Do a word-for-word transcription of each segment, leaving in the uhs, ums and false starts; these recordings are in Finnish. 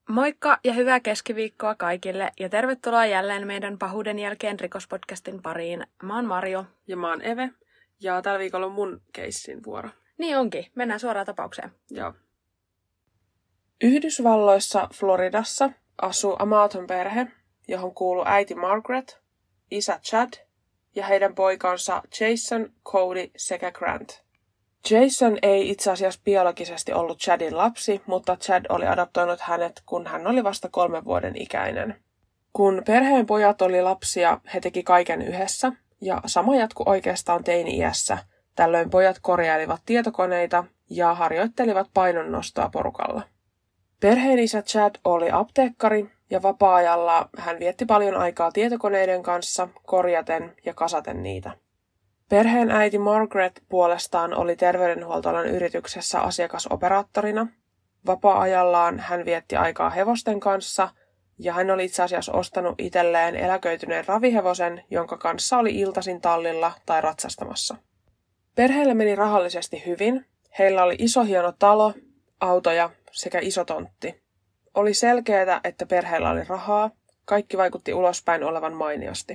Moikka ja hyvää keskiviikkoa kaikille ja tervetuloa jälleen meidän pahuuden jälkeen rikospodcastin pariin. Mä oon Marjo. Ja mä oon Eve. Ja tällä viikolla on mun keissin vuoro. Niin onkin. Mennään suoraan tapaukseen. Joo. Yhdysvalloissa Floridassa asuu Amaton perhe, johon kuuluu äiti Margaret, isä Chad ja heidän poikansa Jason, Cody sekä Grant. Jason ei itse asiassa biologisesti ollut Chadin lapsi, mutta Chad oli adoptoinut hänet, kun hän oli vasta kolmen vuoden ikäinen. Kun perheen pojat oli lapsia, he teki kaiken yhdessä, ja sama jatkui oikeastaan teini-iässä. Tällöin pojat korjailivat tietokoneita ja harjoittelivat painonnostoa porukalla. Perheen isä Chad oli apteekkari, ja vapaa-ajalla hän vietti paljon aikaa tietokoneiden kanssa, korjaten ja kasaten niitä. Perheen äiti Margaret puolestaan oli terveydenhuoltoalan yrityksessä asiakasoperaattorina. Vapaa-ajallaan hän vietti aikaa hevosten kanssa ja hän oli itse asiassa ostanut itselleen eläköityneen ravihevosen, jonka kanssa oli iltaisin tallilla tai ratsastamassa. Perheelle meni rahallisesti hyvin. Heillä oli iso hieno talo, autoja sekä iso tontti. Oli selkeää, että perheellä oli rahaa. Kaikki vaikutti ulospäin olevan mainiosti.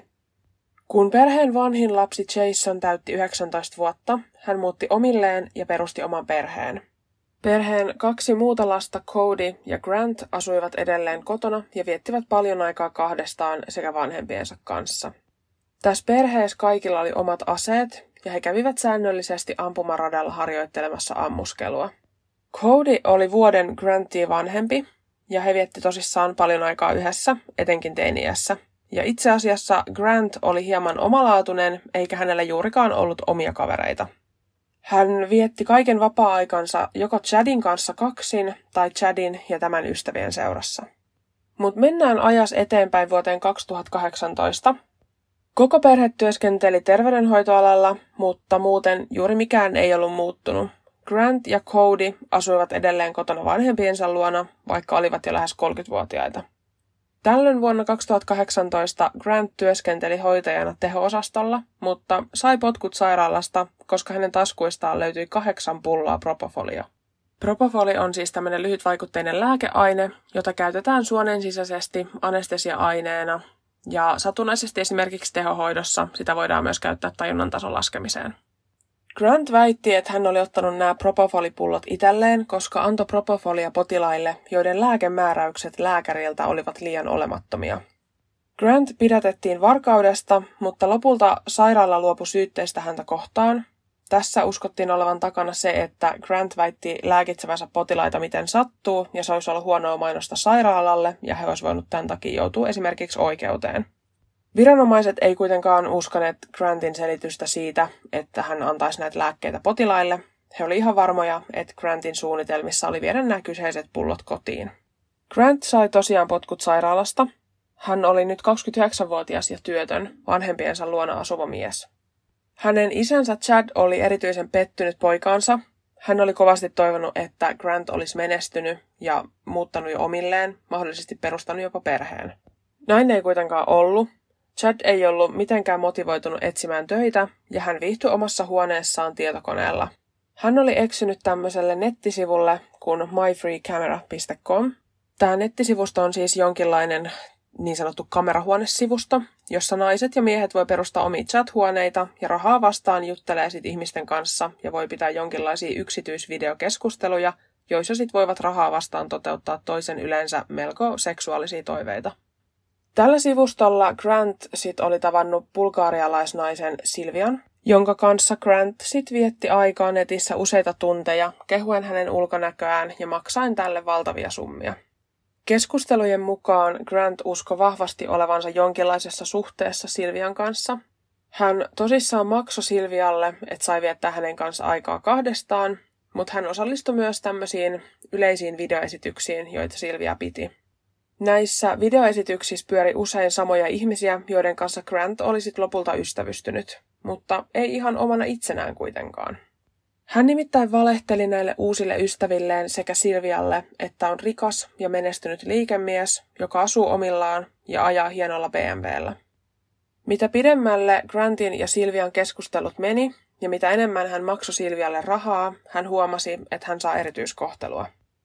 Kun perheen vanhin lapsi Jason täytti yhdeksäntoista vuotta, hän muutti omilleen ja perusti oman perheen. Perheen kaksi muuta lasta, Cody ja Grant, asuivat edelleen kotona ja viettivät paljon aikaa kahdestaan sekä vanhempiensa kanssa. Tässä perheessä kaikilla oli omat aseet ja he kävivät säännöllisesti ampumaradalla harjoittelemassa ammuskelua. Cody oli vuoden Grantia vanhempi ja he vietti tosissaan paljon aikaa yhdessä, etenkin teini-iässä. Ja itse asiassa Grant oli hieman omalaatuinen, eikä hänellä juurikaan ollut omia kavereita. Hän vietti kaiken vapaa-aikansa joko Chadin kanssa kaksin tai Chadin ja tämän ystävien seurassa. Mutta mennään ajas eteenpäin vuoteen kaksituhattakahdeksantoista. Koko perhe työskenteli terveydenhoitoalalla, mutta muuten juuri mikään ei ollut muuttunut. Grant ja Cody asuivat edelleen kotona vanhempiensa luona, vaikka olivat jo lähes kolmekymmentävuotiaita. Tällöin vuonna kaksituhattakahdeksantoista Grant työskenteli hoitajana teho-osastolla, mutta sai potkut sairaalasta, koska hänen taskuistaan löytyi kahdeksan pulloa propofolia. Propofoli on siis tämmöinen lyhytvaikutteinen lääkeaine, jota käytetään suonen sisäisesti anestesia-aineena, ja satunnaisesti esimerkiksi tehohoidossa sitä voidaan myös käyttää tajunnan tason laskemiseen. Grant väitti, että hän oli ottanut nämä propofolpullot itselleen, koska antoi propofolia potilaille, joiden lääkemääräykset lääkäriltä olivat liian olemattomia. Grant pidätettiin varkaudesta, mutta lopulta sairaala luopui syytteistä häntä kohtaan. Tässä uskottiin olevan takana se, että Grant väitti lääkitsevänsä potilaita miten sattuu, ja se olisi ollut huonoa mainosta sairaalalle, ja he olisivat voinut tämän takia joutua esimerkiksi oikeuteen. Viranomaiset ei kuitenkaan uskoneet Grantin selitystä siitä, että hän antaisi näitä lääkkeitä potilaille. He olivat ihan varmoja, että Grantin suunnitelmissa oli viedä nämä kyseiset pullot kotiin. Grant sai tosiaan potkut sairaalasta. Hän oli nyt kaksikymmentäyhdeksänvuotias ja työtön, vanhempiensa luona asuva mies. Hänen isänsä Chad oli erityisen pettynyt poikaansa. Hän oli kovasti toivonut, että Grant olisi menestynyt ja muuttanut jo omilleen, mahdollisesti perustanut jopa perheen. Näin ei kuitenkaan ollut. Chad ei ollut mitenkään motivoitunut etsimään töitä ja hän viihtyi omassa huoneessaan tietokoneella. Hän oli eksynyt tämmöiselle nettisivulle kuin my free camera piste com. Tämä nettisivusto on siis jonkinlainen niin sanottu kamerahuonesivusto, jossa naiset ja miehet voi perustaa omia chat-huoneita ja rahaa vastaan juttelee sit ihmisten kanssa ja voi pitää jonkinlaisia yksityisvideokeskusteluja, joissa sit voivat rahaa vastaan toteuttaa toisen yleensä melko seksuaalisia toiveita. Tällä sivustolla Grant sit oli tavannut bulgarialaisnaisen Silvian, jonka kanssa Grant sit vietti aikaa netissä useita tunteja, kehuen hänen ulkonäköään ja maksaen tälle valtavia summia. Keskustelujen mukaan Grant uskoi vahvasti olevansa jonkinlaisessa suhteessa Silvian kanssa. Hän tosissaan maksoi Silvialle, että sai viettää hänen kanssa aikaa kahdestaan, mutta hän osallistui myös tämmöisiin yleisiin videoesityksiin, joita Silvia piti. Näissä videoesityksissä pyöri usein samoja ihmisiä, joiden kanssa Grant oli sit lopulta ystävystynyt, mutta ei ihan omana itsenään kuitenkaan. Hän nimittäin valehteli näille uusille ystävilleen sekä Silvialle, että on rikas ja menestynyt liikemies, joka asuu omillaan ja ajaa hienolla B M W:llä. Mitä pidemmälle Grantin ja Silvian keskustelut meni, ja mitä enemmän hän maksoi Silvialle rahaa, hän huomasi, että hän saa erityiskohtelua.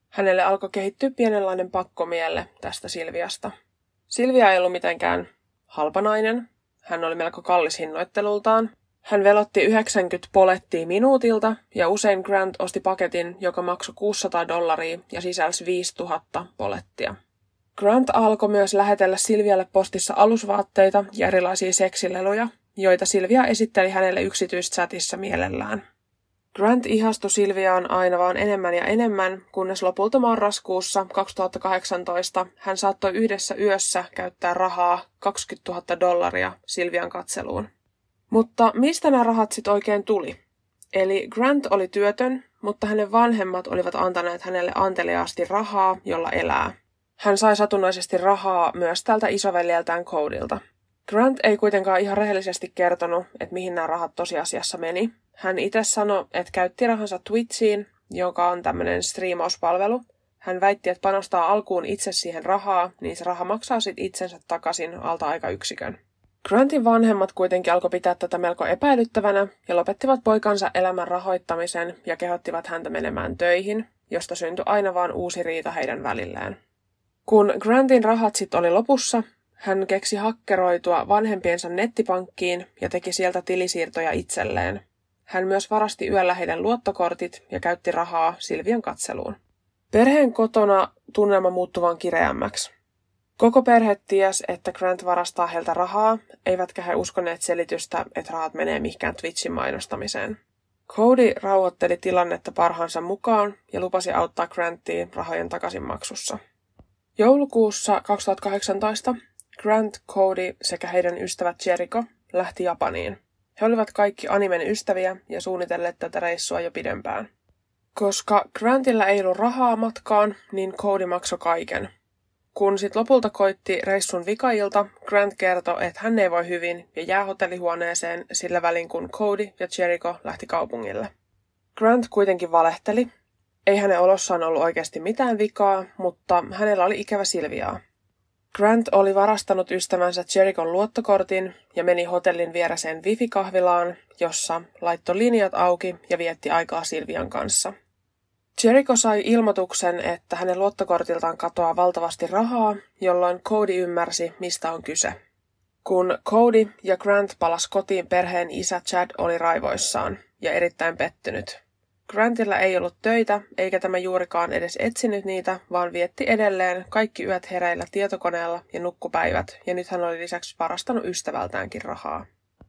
Hänelle alkoi kehittyä pienenlainen pakkomielle tästä Silviasta. Silvia ei ollut mitenkään halpanainen. Hän oli melko kallis hinnoittelultaan. Hän velotti yhdeksänkymmentä polettia minuutilta ja usein Grant osti paketin, joka maksoi kuusisataa dollaria ja sisälsi viisituhatta polettia. Grant alkoi myös lähetellä Silvialle postissa alusvaatteita ja erilaisia seksileluja, joita Silvia esitteli hänelle yksityischatissa mielellään. Grant ihastui Silviaan aina vaan enemmän ja enemmän, kunnes lopulta marraskuussa kaksituhattakahdeksantoista hän saattoi yhdessä yössä käyttää rahaa kaksikymmentätuhatta dollaria Silvian katseluun. Mutta mistä nämä rahat sitten oikein tuli? Eli Grant oli työtön, mutta hänen vanhemmat olivat antaneet hänelle anteliaasti rahaa, jolla elää. Hän sai satunnaisesti rahaa myös tältä isoveljeltään Codylta. Grant ei kuitenkaan ihan rehellisesti kertonut, että mihin nämä rahat tosiasiassa meni. Hän itse sanoi, että käytti rahansa Twitchiin, joka on tämmöinen striimauspalvelu. Hän väitti, että panostaa alkuun itse siihen rahaa, niin se raha maksaa sitten itsensä takaisin alta aikayksikön. Grantin vanhemmat kuitenkin alkoi pitää tätä melko epäilyttävänä ja lopettivat poikansa elämän rahoittamisen ja kehottivat häntä menemään töihin, josta syntyi aina vaan uusi riita heidän välillään. Kun Grantin rahat sitten oli lopussa, hän keksi hakkeroitua vanhempiensa nettipankkiin ja teki sieltä tilisiirtoja itselleen. Hän myös varasti yöllä heidän luottokortit ja käytti rahaa Silvian katseluun. Perheen kotona tunnelma muuttui vaan kireämmäksi. Koko perhe ties, että Grant varastaa heiltä rahaa, eivätkä he uskoneet selitystä, että rahat menee mihinkään Twitchin mainostamiseen. Cody rauhoitteli tilannetta parhaansa mukaan ja lupasi auttaa Grantia rahojen takaisinmaksussa. Joulukuussa kaksituhattakahdeksantoista Grant, Cody sekä heidän ystävät Jericho lähti Japaniin. He olivat kaikki animen ystäviä ja suunnitelleet tätä reissua jo pidempään. Koska Grantilla ei ollut rahaa matkaan, niin Cody maksoi kaiken. Kun sitten lopulta koitti reissun vikailta, Grant kertoi, että hän ei voi hyvin ja jää hotellihuoneeseen sillä välin, kun Cody ja Jericho lähti kaupungille. Grant kuitenkin valehteli. Ei hänen olossaan ollut oikeasti mitään vikaa, mutta hänellä oli ikävä Silviaa. Grant oli varastanut ystävänsä Jerichon luottokortin ja meni hotellin viereseen wifi-kahvilaan, jossa laittoi linjat auki ja vietti aikaa Silvian kanssa. Jericho sai ilmoituksen, että hänen luottokortiltaan katoaa valtavasti rahaa, jolloin Cody ymmärsi, mistä on kyse. Kun Cody ja Grant palas kotiin, perheen isä Chad oli raivoissaan ja erittäin pettynyt. Grantilla ei ollut töitä, eikä tämä juurikaan edes etsinyt niitä, vaan vietti edelleen kaikki yöt hereillä tietokoneella ja nukkupäivät, ja nyt hän oli lisäksi varastanut ystävältäänkin rahaa.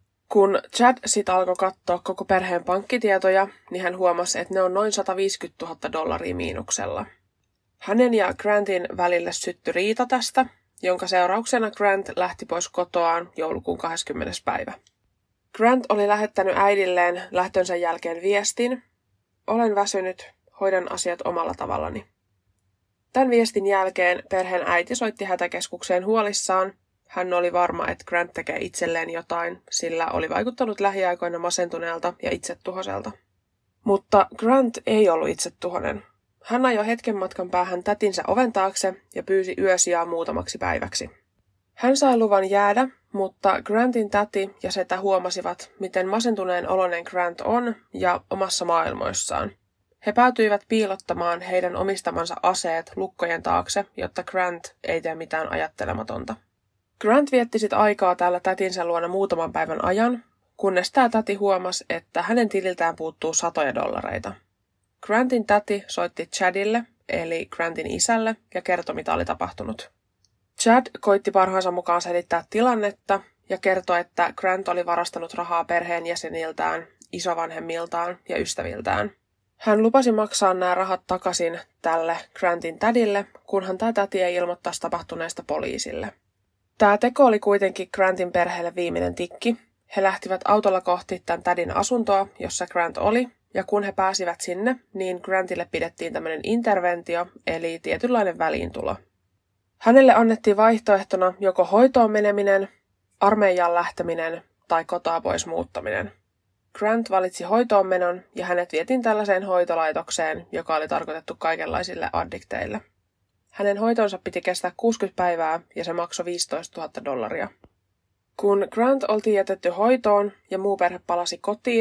Kun Chad sit alkoi katsoa koko perheen pankkitietoja, niin hän huomasi, että ne on noin sata viisikymmentätuhatta dollaria miinuksella. Hänen ja Grantin välille syttyi riita tästä, jonka seurauksena Grant lähti pois kotoaan joulukuun kahdeskymmenes päivä. Grant oli lähettänyt äidilleen lähtönsä jälkeen viestin: "Olen väsynyt, hoidan asiat omalla tavallani." Tämän viestin jälkeen perheen äiti soitti hätäkeskukseen huolissaan. Hän oli varma, että Grant tekee itselleen jotain, sillä oli vaikuttanut lähiaikoina masentuneelta ja itsetuhoiselta. Mutta Grant ei ollut itsetuhoinen. Hän ajoi hetken matkan päähän tätinsä oven taakse ja pyysi yösijaa muutamaksi päiväksi. Hän sai luvan jäädä, mutta Grantin täti ja setä huomasivat, miten masentuneen oloinen Grant on ja omassa maailmoissaan. He päätyivät piilottamaan heidän omistamansa aseet lukkojen taakse, jotta Grant ei tee mitään ajattelematonta. Grant vietti sit aikaa täällä tätinsä luona muutaman päivän ajan, kunnes tämä täti huomasi, että hänen tililtään puuttuu satoja dollareita. Grantin täti soitti Chadille, eli Grantin isälle, ja kertoi, mitä oli tapahtunut. Chad koitti parhaansa mukaan selittää tilannetta ja kertoi, että Grant oli varastanut rahaa perheenjäseniltään, isovanhemmiltaan ja ystäviltään. Hän lupasi maksaa nämä rahat takaisin tälle Grantin tädille, kunhan tämä täti ei ilmoittaisi tapahtuneesta poliisille. Tämä teko oli kuitenkin Grantin perheelle viimeinen tikki. He lähtivät autolla kohti tämän tädin asuntoa, jossa Grant oli, ja kun he pääsivät sinne, niin Grantille pidettiin tämmöinen interventio, eli tietynlainen väliintulo. Hänelle annettiin vaihtoehtona joko hoitoon meneminen, armeijaan lähteminen tai kotoa pois muuttaminen. Grant valitsi hoitoon menon ja hänet vietiin tällaiseen hoitolaitokseen, joka oli tarkoitettu kaikenlaisille addikteille. Hänen hoitonsa piti kestää kuusikymmentä päivää ja se maksoi viisitoistatuhatta dollaria. Kun Grant oltiin jätetty hoitoon ja muu perhe palasi kotiin,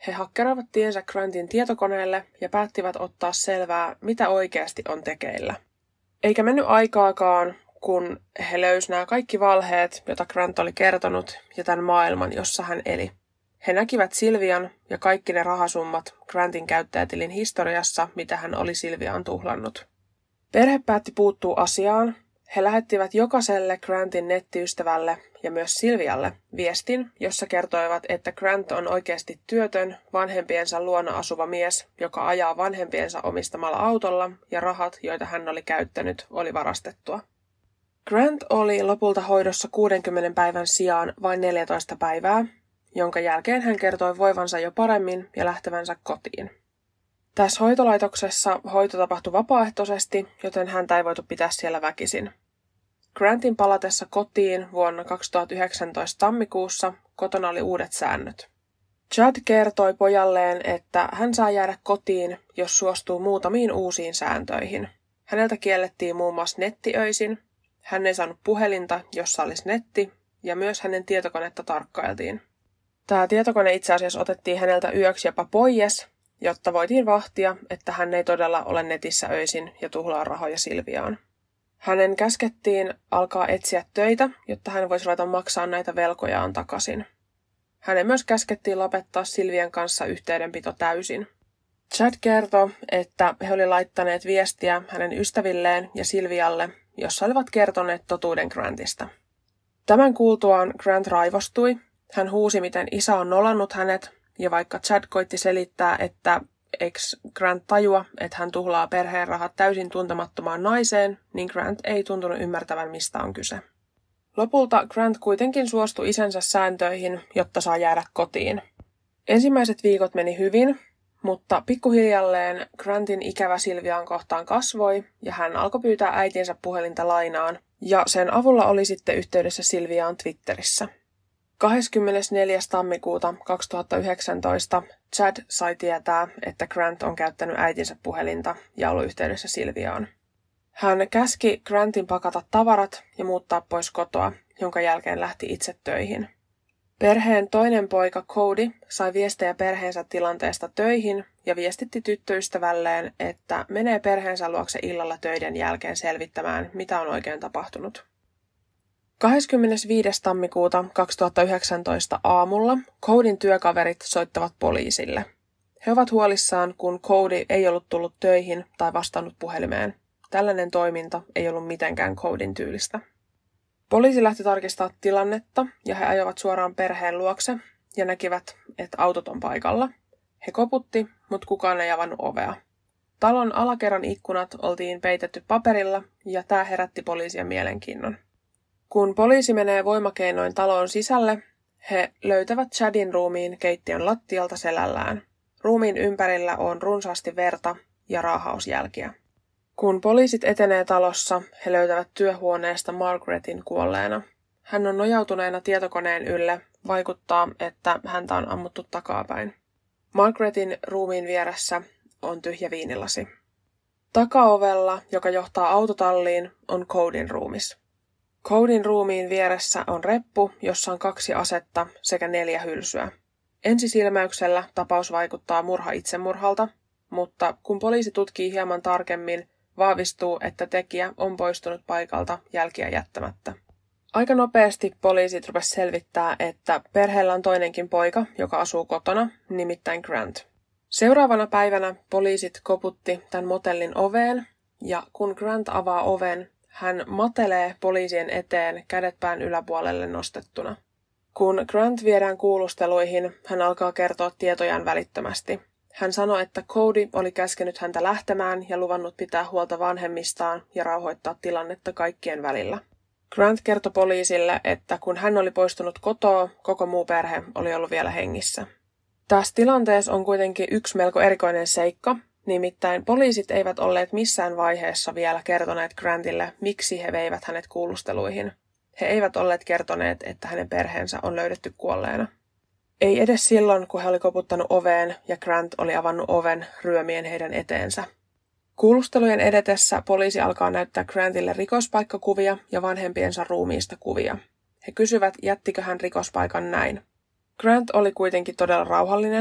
He hakkeroivat tiensä Grantin tietokoneelle ja päättivät ottaa selvää, mitä oikeasti on tekeillä. Eikä mennyt aikaakaan, kun he löysivät nämä kaikki valheet, joita Grant oli kertonut, ja tämän maailman, jossa hän eli. He näkivät Sylvian ja kaikki ne rahasummat Grantin käyttäjätilin historiassa, mitä hän oli Sylviaan tuhlannut. Perhe päätti puuttua asiaan. He lähettivät jokaiselle Grantin nettiystävälle ja myös Sylvialle viestin, jossa kertoivat, että Grant on oikeasti työtön, vanhempiensa luona asuva mies, joka ajaa vanhempiensa omistamalla autolla ja rahat, joita hän oli käyttänyt, oli varastettua. Grant oli lopulta hoidossa kuudenkymmenen päivän sijaan vain neljätoista päivää, jonka jälkeen hän kertoi voivansa jo paremmin ja lähtevänsä kotiin. Tässä hoitolaitoksessa hoito tapahtui vapaaehtoisesti, joten häntä ei voitu pitää siellä väkisin. Grantin palatessa kotiin vuonna kaksituhattayhdeksäntoista tammikuussa kotona oli uudet säännöt. Chad kertoi pojalleen, että hän saa jäädä kotiin, jos suostuu muutamiin uusiin sääntöihin. Häneltä kiellettiin muun muassa nettiöisin, hän ei saanut puhelinta, jossa olisi netti, ja myös hänen tietokonetta tarkkailtiin. Tämä tietokone itse asiassa otettiin häneltä yöksi jopa pois, jotta voitiin vahtia, että hän ei todella ole netissä öisin ja tuhlaa rahoja Sylviaan. Hänen käskettiin alkaa etsiä töitä, jotta hän voisi ruveta maksaa näitä velkojaan takaisin. Hänen myös käskettiin lopettaa Sylvian kanssa yhteydenpito täysin. Chad kertoi, että he olivat laittaneet viestiä hänen ystävilleen ja Sylvialle, jossa olivat kertoneet totuuden Grantista. Tämän kuultuaan Grant raivostui. Hän huusi, miten isä on nolannut hänet, ja vaikka Chad koitti selittää, että ex Grant tajua, että hän tuhlaa perheen rahat täysin tuntemattomaan naiseen, niin Grant ei tuntunut ymmärtävän, mistä on kyse. Lopulta Grant kuitenkin suostui isänsä sääntöihin, jotta saa jäädä kotiin. Ensimmäiset viikot meni hyvin, mutta pikkuhiljalleen Grantin ikävä Sylviaan kohtaan kasvoi, ja hän alkoi pyytää äitinsä puhelinta lainaan, ja sen avulla oli sitten yhteydessä Sylviaan Twitterissä. kahdeskymmenesneljäs tammikuuta kaksituhattayhdeksäntoista Chad sai tietää, että Grant on käyttänyt äitinsä puhelinta ja ollut yhteydessä Sylviaan. Hän käski Grantin pakata tavarat ja muuttaa pois kotoa, jonka jälkeen lähti itse töihin. Perheen toinen poika Cody sai viestejä perheensä tilanteesta töihin ja viestitti tyttöystävälleen, että menee perheensä luokse illalla töiden jälkeen selvittämään, mitä on oikein tapahtunut. kahdeskymmenesviides tammikuuta kaksituhattayhdeksäntoista aamulla Codyn työkaverit soittavat poliisille. He ovat huolissaan, kun Cody ei ollut tullut töihin tai vastannut puhelimeen. Tällainen toiminta ei ollut mitenkään Codyn tyylistä. Poliisi lähti tarkistamaan tilannetta ja he ajoivat suoraan perheen luokse ja näkivät, että autot on paikalla. He koputti, mutta kukaan ei avannut ovea. Talon alakerran ikkunat oltiin peitetty paperilla ja tämä herätti poliisien mielenkiinnon. Kun poliisi menee voimakeinoin taloon sisälle, he löytävät Chadin ruumiin keittiön lattialta selällään. Ruumiin ympärillä on runsaasti verta ja raahausjälkiä. Kun poliisit etenee talossa, he löytävät työhuoneesta Margaretin kuolleena. Hän on nojautuneena tietokoneen ylle, vaikuttaa, että häntä on ammuttu takapäin. Margaretin ruumiin vieressä on tyhjä viinilasi. Takaovella, joka johtaa autotalliin, on Codyn ruumis. Codyn ruumiin vieressä on reppu, jossa on kaksi asetta sekä neljä hylsyä. Ensisilmäyksellä tapaus vaikuttaa murha-itsemurhalta, mutta kun poliisi tutkii hieman tarkemmin, vahvistuu, että tekijä on poistunut paikalta jälkiä jättämättä. Aika nopeasti poliisit rupesivat selvittää, että perheellä on toinenkin poika, joka asuu kotona, nimittäin Grant. Seuraavana päivänä poliisit koputti tämän motellin oveen, ja kun Grant avaa oven, hän matelee poliisien eteen kädet pään yläpuolelle nostettuna. Kun Grant viedään kuulusteluihin, hän alkaa kertoa tietojaan välittömästi. Hän sanoi, että Cody oli käskenyt häntä lähtemään ja luvannut pitää huolta vanhemmistaan ja rauhoittaa tilannetta kaikkien välillä. Grant kertoi poliisille, että kun hän oli poistunut kotoa, koko muu perhe oli ollut vielä hengissä. Tässä tilanteessa on kuitenkin yksi melko erikoinen seikka, nimittäin poliisit eivät olleet missään vaiheessa vielä kertoneet Grantille, miksi he veivät hänet kuulusteluihin. He eivät olleet kertoneet, että hänen perheensä on löydetty kuolleena. Ei edes silloin, kun he oli koputtanut oveen ja Grant oli avannut oven ryömien heidän eteensä. Kuulustelujen edetessä poliisi alkaa näyttää Grantille rikospaikkakuvia ja vanhempiensa ruumiista kuvia. He kysyvät, jättikö hän rikospaikan näin. Grant oli kuitenkin todella rauhallinen.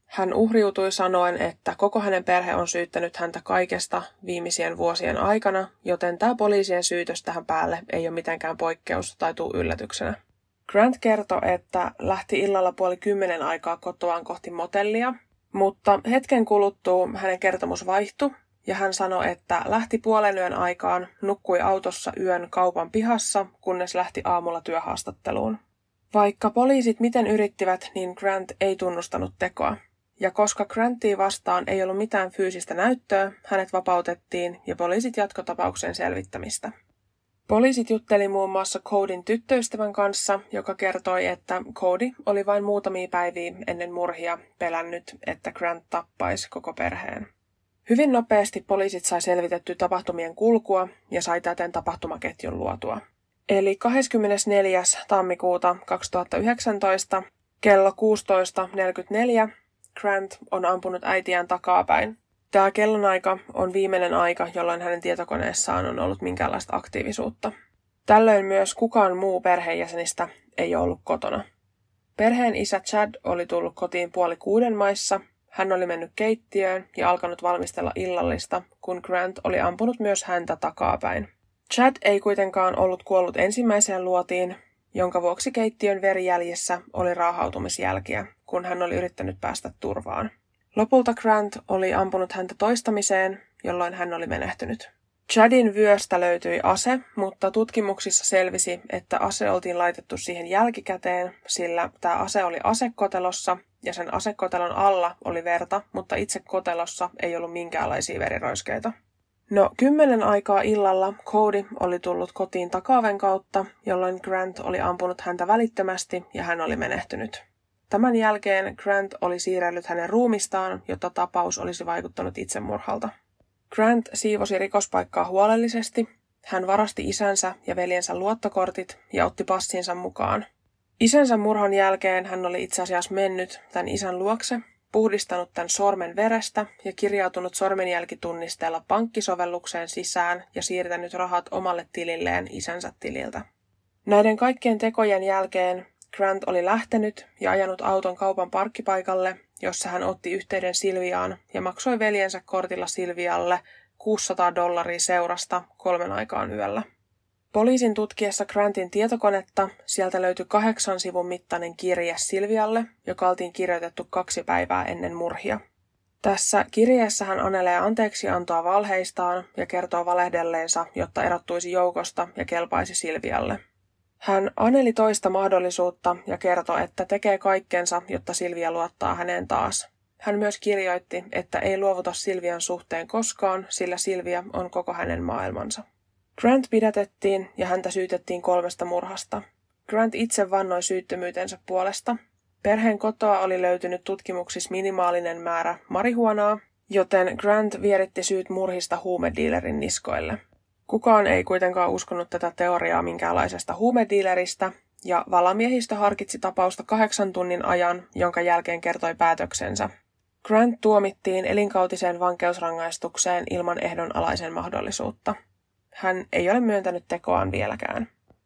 Hän uhriutui sanoen, että koko hänen perhe on syyttänyt häntä kaikesta viimeisien vuosien aikana, joten tämä poliisien syytös tähän päälle ei ole mitenkään poikkeus tai tuu yllätyksenä. Grant kertoi, että lähti illalla puoli kymmenen aikaa kotoaan kohti motellia, mutta hetken kuluttua hänen kertomus vaihtui ja hän sanoi, että lähti puolen yön aikaan, nukkui autossa yön kaupan pihassa, kunnes lähti aamulla työhaastatteluun. Vaikka poliisit miten yrittivät, niin Grant ei tunnustanut tekoa. Ja koska Grantia vastaan ei ollut mitään fyysistä näyttöä, hänet vapautettiin ja poliisit jatkoi tapauksen selvittämistä. Poliisit jutteli muun muassa Codyn tyttöystävän kanssa, joka kertoi, että Cody oli vain muutamia päiviä ennen murhia pelännyt, että Grant tappaisi koko perheen. Hyvin nopeasti poliisit sai selvitetty tapahtumien kulkua ja sai täten tapahtumaketjun luotua. Eli kahdeskymmenesneljäs tammikuuta kaksituhattayhdeksäntoista kello kuusitoista neljäkymmentäneljä Grant on ampunut äitiään takapäin. Tämä kellonaika on viimeinen aika, jolloin hänen tietokoneessaan on ollut minkäänlaista aktiivisuutta. Tällöin myös kukaan muu perheenjäsenistä ei ollut kotona. Perheen isä Chad oli tullut kotiin puoli kuuden maissa. Hän oli mennyt keittiöön ja alkanut valmistella illallista, kun Grant oli ampunut myös häntä takapäin. Chad ei kuitenkaan ollut kuollut ensimmäiseen luotiin, jonka vuoksi keittiön verijäljissä oli raahautumisjälkiä, kun hän oli yrittänyt päästä turvaan. Lopulta Grant oli ampunut häntä toistamiseen, jolloin hän oli menehtynyt. Chadin vyöstä löytyi ase, mutta tutkimuksissa selvisi, että ase oltiin laitettu siihen jälkikäteen, sillä tämä ase oli asekotelossa ja sen asekotelon alla oli verta, mutta itse kotelossa ei ollut minkäänlaisia veriroiskeita. No, kymmenen aikaa illalla Cody oli tullut kotiin takaoven kautta, jolloin Grant oli ampunut häntä välittömästi ja hän oli menehtynyt. Tämän jälkeen Grant oli siirrellyt hänen ruumistaan, jotta tapaus olisi vaikuttanut itsemurhalta. Grant siivosi rikospaikkaa huolellisesti. Hän varasti isänsä ja veljensä luottokortit ja otti passinsa mukaan. Isänsä murhan jälkeen hän oli itse asiassa mennyt tämän isän luokse, puhdistanut tämän sormen verestä ja kirjautunut sormenjälkitunnisteella pankkisovellukseen sisään ja siirtänyt rahat omalle tililleen isänsä tililtä. Näiden kaikkien tekojen jälkeen Grant oli lähtenyt ja ajanut auton kaupan parkkipaikalle, jossa hän otti yhteyden Silviaan ja maksoi veljensä kortilla Silvialle kuusisataa dollaria seurasta kolmen aikaan yöllä. Poliisin tutkiessa Grantin tietokonetta sieltä löytyi kahdeksan sivun mittainen kirje Silvialle, joka oltiin kirjoitettu kaksi päivää ennen murhia. Tässä kirjeessä hän anelee anteeksiantoa valheistaan ja kertoo valehdelleensa, jotta erottuisi joukosta ja kelpaisi Silvialle. Hän aneli toista mahdollisuutta ja kertoi, että tekee kaikkensa, jotta Silvia luottaa häneen taas. Hän myös kirjoitti, että ei luovuta Silvian suhteen koskaan, sillä Silvia on koko hänen maailmansa. Grant pidätettiin ja häntä syytettiin kolmesta murhasta. Grant itse vannoi syyttömyytensä puolesta. Perheen kotoa oli löytynyt tutkimuksissa minimaalinen määrä marihuonaa, joten Grant vieritti syyt murhista huumediilerin niskoille. Kukaan ei kuitenkaan uskonut tätä teoriaa minkäänlaisesta huumediileristä, ja valamiehistö harkitsi tapausta kahdeksan tunnin ajan, jonka jälkeen kertoi päätöksensä. Grant tuomittiin elinkautiseen vankeusrangaistukseen ilman ehdonalaisen mahdollisuutta. Hän ei ole myöntänyt tekoaan vieläkään.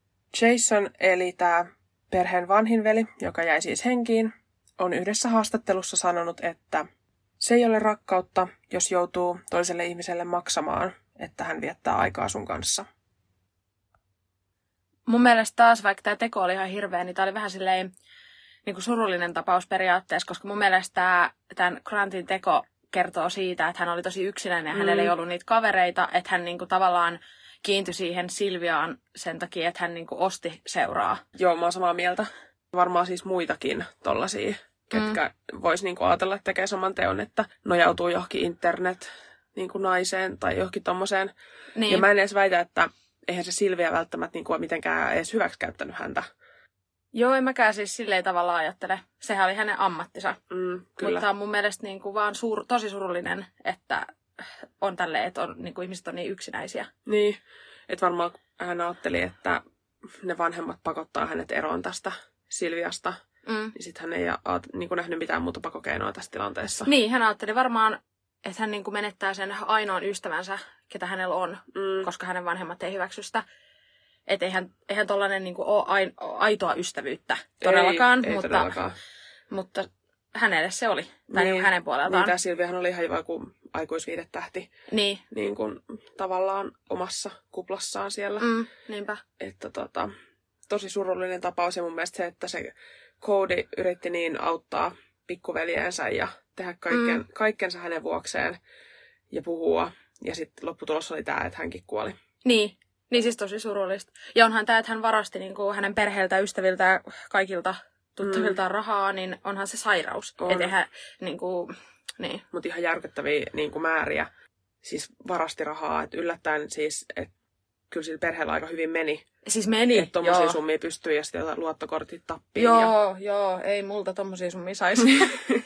Jason, eli tämä perheen vanhin veli, joka jäi siis henkiin, on yhdessä haastattelussa sanonut, että se ei ole rakkautta, jos joutuu toiselle ihmiselle maksamaan, että hän viettää aikaa sun kanssa. Mun mielestä taas, vaikka tämä teko oli ihan hirveä, niin tämä oli vähän silleen niin kuin surullinen tapaus periaatteessa, koska mun mielestä tämä, tämän Grantin teko kertoo siitä, että hän oli tosi yksinäinen ja mm. hänellä ei ollut niitä kavereita, että hän niin kuin tavallaan kiintyi siihen Silviaan sen takia, että hän niin kuin osti seuraa. Joo, mä oon samaa mieltä. Varmaan siis muitakin tollasia, ketkä mm. vois niin kuin ajatella, että tekee saman teon, että nojautuu johonkin internet niin kuin naiseen tai johonkin tommoseen. Niin. Ja mä en edes väitä, että eihän se Silvia välttämättä niin kuin mitenkään edes hyväksikäyttänyt häntä. Joo, en mäkään siis silleen tavalla ajattele. Sehän oli hänen ammattinsa. Mm, kyllä. Mutta on mun mielestä niin kuin vaan suur, tosi surullinen, että on tälleen, että on, niin kuin ihmiset on niin yksinäisiä. Niin, että varmaan hän ajatteli, että ne vanhemmat pakottaa hänet eroon tästä Silviasta. Mm. Niin sitten hän ei ole niin kuin nähnyt mitään muuta pakokeinoa tässä tilanteessa. Niin, hän ajatteli varmaan, että hän niin kuin menettää sen ainoan ystävänsä, ketä hänellä on, mm. koska hänen vanhemmat ei hyväksy sitä. Että eihän, eihän tollainen niin kuin ole aitoa ystävyyttä todellakaan. Ei, ei mutta, todellakaan. mutta hänelle se oli. Tai niin, niin hänen puoleltaan. Niin, tämä Silviahan oli ihan joku aikuisviihdetähti. Niin. Niin kuin tavallaan omassa kuplassaan siellä. Mm, niinpä. Että tota, tosi surullinen tapaus ja mun mielestä se, että se Cody yritti niin auttaa pikkuveljeensä ja tehdä kaiken, mm. kaikkensa hänen vuokseen ja puhua. Ja sitten lopputulos oli tämä, että hänkin kuoli. Niin. Niin siis tosi surullista. Ja onhan tämä, että hän varasti niin kuin hänen perheeltä, ystäviltä ja kaikilta tuttaviltaan mm. rahaa, niin onhan se sairaus. On. Että eihän niin kuin, niin. Mutta ihan järkyttäviä niin kuin määriä. Siis varasti rahaa. Että yllättäen siis, että kyllä sillä perheellä aika hyvin meni. Siis meni, että tommosia summia pystyy ja sitten luottokortit tappiin. Joo, ja... joo. Ei multa tommosia summia saisi.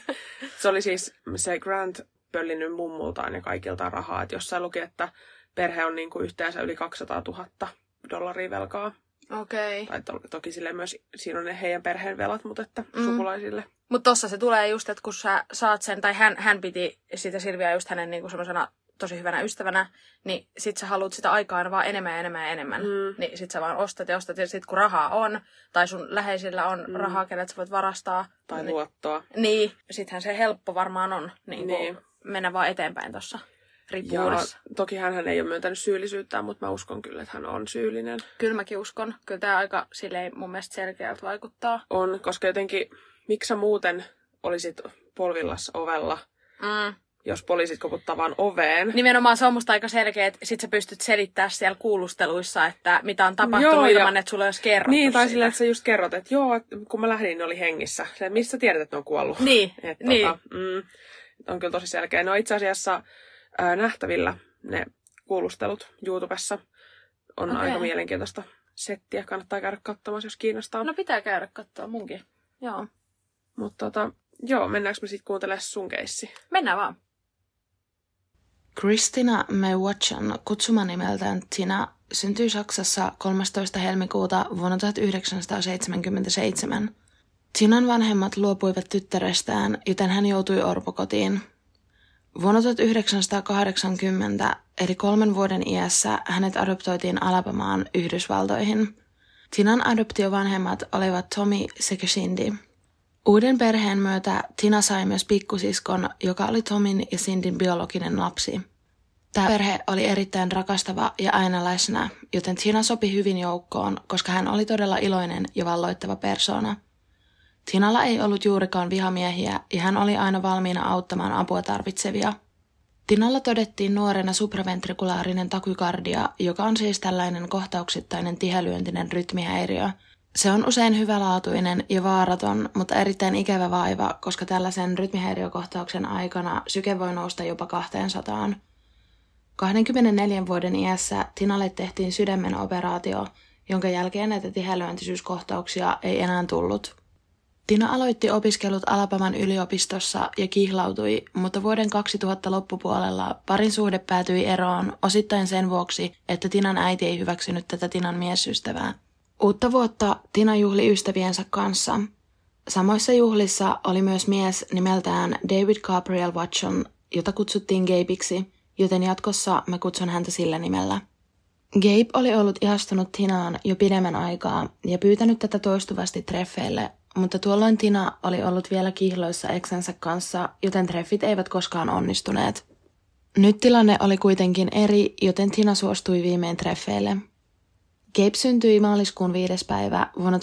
Se oli siis se Grant pöllinyt mummultaan ja kaikiltaan rahaa. Että jossain luki, että perhe on niin kuin yhteensä yli kaksisataatuhatta dollaria velkaa. Okei. Okay. Tai to- toki sille myös, siinä on ne heidän perheen velat, mutta että mm. sukulaisille. Mutta tossa se tulee just, että kun sä saat sen, tai hän, hän piti sitä Silviaa just hänen niin semmoisena tosi hyvänä ystävänä, niin sit sä haluat sitä aikaa vaan enemmän ja enemmän ja enemmän. Mm. Niin sit sä vaan ostat ja ostat, ja sit kun rahaa on, tai sun läheisillä on mm. rahaa, kenet sä voit varastaa. Tai niin, luottoa. Niin, sittenhän se helppo varmaan on niin niin. mennä vaan eteenpäin tossa. Ja toki hän ei ole myöntänyt syyllisyyttään, mutta mä uskon kyllä, että hän on syyllinen. Kyllä mäkin uskon. Kyllä tämä aika silleen mun mielestä selkeältä vaikuttaa. On, koska jotenkin, miksi sä muuten olisit polvillas ovella, mm. jos poliisit koputtaa vaan oveen? Nimenomaan se on musta aika selkeä, että sit sä pystyt selittämään siellä kuulusteluissa, että mitä on tapahtunut joo, ilman, ja... että sulle olisi kerrottu niin, tai sitä. silleen, että sä just kerrot, että joo, kun mä lähdin, ne oli hengissä. Silleen, mistä sä tiedät, että ne on kuollut? Niin, Et, niin. Tota, mm, on kyllä tosi selkeä. No itse asiassa... Ää, nähtävillä ne kuulustelut YouTubessa. On okay. Aika mielenkiintoista settiä. Kannattaa käydä katsomassa, jos kiinnostaa. No pitää käydä katsoa munkin. Joo. Mutta tota, joo, mennäänkö me sitten kuuntelemaan sun keissi? Mennään vaan. Christina May Watson, kutsumanimeltään Tina, syntyi Saksassa kolmastoista helmikuuta vuonna tuhatyhdeksänsataaseitsemänkymmentäseitsemän. Tinan vanhemmat luopuivat tyttärestään, joten hän joutui orpokotiin. Vuonna tuhatyhdeksänsataakahdeksankymmentä, eli kolmen vuoden iässä, hänet adoptoitiin Alabamaan Yhdysvaltoihin. Tinan adoptiovanhemmat olivat Tommy sekä Cindy. Uuden perheen myötä Tina sai myös pikkusiskon, joka oli Tomin ja Cindyn biologinen lapsi. Tämä perhe oli erittäin rakastava ja aina läsnä, joten Tina sopi hyvin joukkoon, koska hän oli todella iloinen ja valloittava persoona. Tinalla ei ollut juurikaan vihamiehiä ja hän oli aina valmiina auttamaan apua tarvitsevia. Tinalla todettiin nuorena supraventrikulaarinen takykardia, joka on siis tällainen kohtauksittainen tihelyöntinen rytmihäiriö. Se on usein hyvälaatuinen ja vaaraton, mutta erittäin ikävä vaiva, koska tällaisen rytmihäiriökohtauksen aikana syke voi nousta jopa kahteensataan. kaksikymmentäneljän vuoden iässä Tinalle tehtiin sydämen operaatio, jonka jälkeen näitä tihelyöntisyyskohtauksia ei enää tullut. Tina aloitti opiskelut Alabaman yliopistossa ja kihlautui, mutta vuoden kaksituhatta loppupuolella parin suhde päätyi eroon osittain sen vuoksi, että Tinan äiti ei hyväksynyt tätä Tinan miesystävää. Uutta vuotta Tina juhli ystäviensä kanssa. Samoissa juhlissa oli myös mies nimeltään David Gabriel Watson, jota kutsuttiin Gabeiksi, joten jatkossa mä kutsun häntä sillä nimellä. Gabe oli ollut ihastunut Tinaan jo pidemmän aikaa ja pyytänyt tätä toistuvasti treffeille, mutta tuolloin Tina oli ollut vielä kihloissa eksänsä kanssa, joten treffit eivät koskaan onnistuneet. Nyt tilanne oli kuitenkin eri, joten Tina suostui viimein treffeille. Gabe syntyi maaliskuun viides päivä vuonna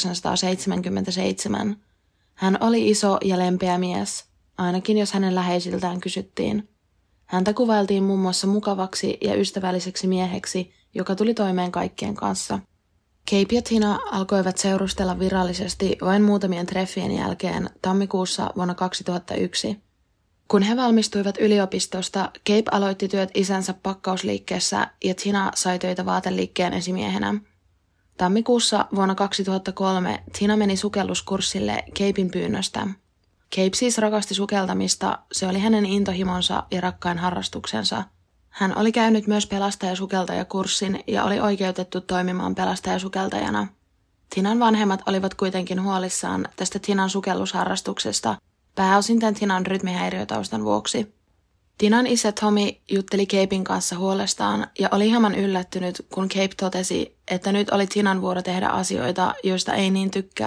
tuhatyhdeksänsataaseitsemänkymmentäseitsemän. Hän oli iso ja lempeä mies, ainakin jos hänen läheisiltään kysyttiin. Häntä kuvailtiin muun muassa mukavaksi ja ystävälliseksi mieheksi, joka tuli toimeen kaikkien kanssa. Gabe ja Tina alkoivat seurustella virallisesti vain muutamien treffien jälkeen tammikuussa vuonna kaksituhattayksi. Kun he valmistuivat yliopistosta, Gabe aloitti työt isänsä pakkausliikkeessä ja Tina sai töitä vaateliikkeen esimiehenä. Tammikuussa vuonna kaksituhattakolme Tina meni sukelluskurssille Gaben pyynnöstä. Gabe siis rakasti sukeltamista, se oli hänen intohimonsa ja rakkain harrastuksensa. Hän oli käynyt myös pelastajasukeltajakurssin ja oli oikeutettu toimimaan pelastajasukeltajana. Tinan vanhemmat olivat kuitenkin huolissaan tästä Tinan sukellusharrastuksesta, pääosin tämän Tinan rytmihäiriötaustan vuoksi. Tinan isä Tommy jutteli Gaben kanssa huolestaan ja oli hieman yllättynyt, kun Gabe totesi, että nyt oli Tinan vuoro tehdä asioita, joista ei niin tykkää,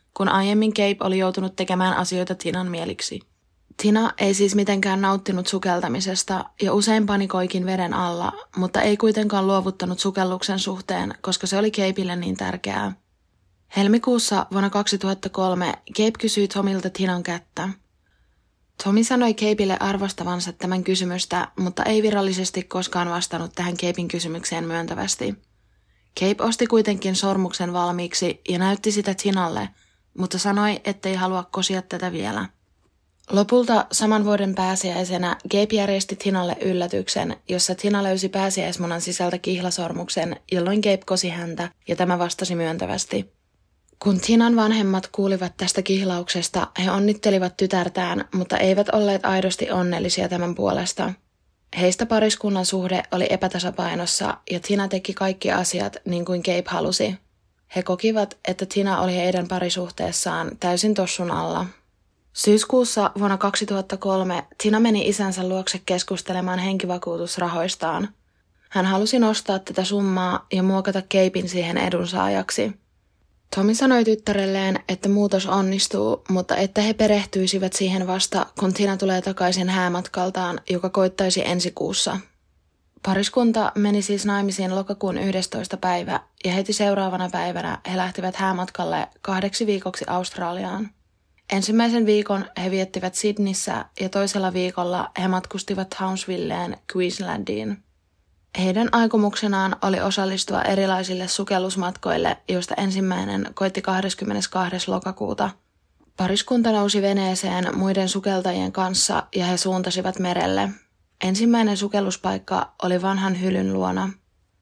kun aiemmin Gabe oli joutunut tekemään asioita Tinan mieliksi. Tina ei siis mitenkään nauttinut sukeltamisesta ja usein panikoikin veden alla, mutta ei kuitenkaan luovuttanut sukelluksen suhteen, koska se oli Gabelle niin tärkeää. Helmikuussa vuonna kaksituhattakolme Gabe kysyi Tomilta Tinan kättä. Tommy sanoi Gabelle arvostavansa tämän kysymystä, mutta ei virallisesti koskaan vastannut tähän Gaben kysymykseen myöntävästi. Gabe osti kuitenkin sormuksen valmiiksi ja näytti sitä Tinalle, mutta sanoi, ettei halua kosia tätä vielä. Lopulta saman vuoden pääsiäisenä Gabe järjesti Tinalle yllätyksen, jossa Tina löysi pääsiäismunan sisältä kihlasormuksen, jolloin Gabe kosi häntä ja tämä vastasi myöntävästi. Kun Tinan vanhemmat kuulivat tästä kihlauksesta, he onnittelivat tytärtään, mutta eivät olleet aidosti onnellisia tämän puolesta. Heistä pariskunnan suhde oli epätasapainossa ja Tina teki kaikki asiat niin kuin Gabe halusi. He kokivat, että Tina oli heidän parisuhteessaan täysin tossun alla. Syyskuussa vuonna kaksituhattakolme Tina meni isänsä luokse keskustelemaan henkivakuutusrahoistaan. Hän halusi nostaa tätä summaa ja muokata Gaben siihen edunsaajaksi. Tommy sanoi tyttärelleen, että muutos onnistuu, mutta että he perehtyisivät siihen vasta, kun Tina tulee takaisin häämatkaltaan, joka koittaisi ensi kuussa. Pariskunta meni siis naimisiin lokakuun yhdestoista päivä ja heti seuraavana päivänä he lähtivät häämatkalle kahdeksi viikoksi Australiaan. Ensimmäisen viikon he viettivät Sydneyssä ja toisella viikolla he matkustivat Townsvilleen Queenslandiin. Heidän aikomuksenaan oli osallistua erilaisille sukellusmatkoille, joista ensimmäinen koitti kahdeskymmenestoinen lokakuuta. Pariskunta nousi veneeseen muiden sukeltajien kanssa ja he suuntasivat merelle. Ensimmäinen sukelluspaikka oli vanhan hylyn luona.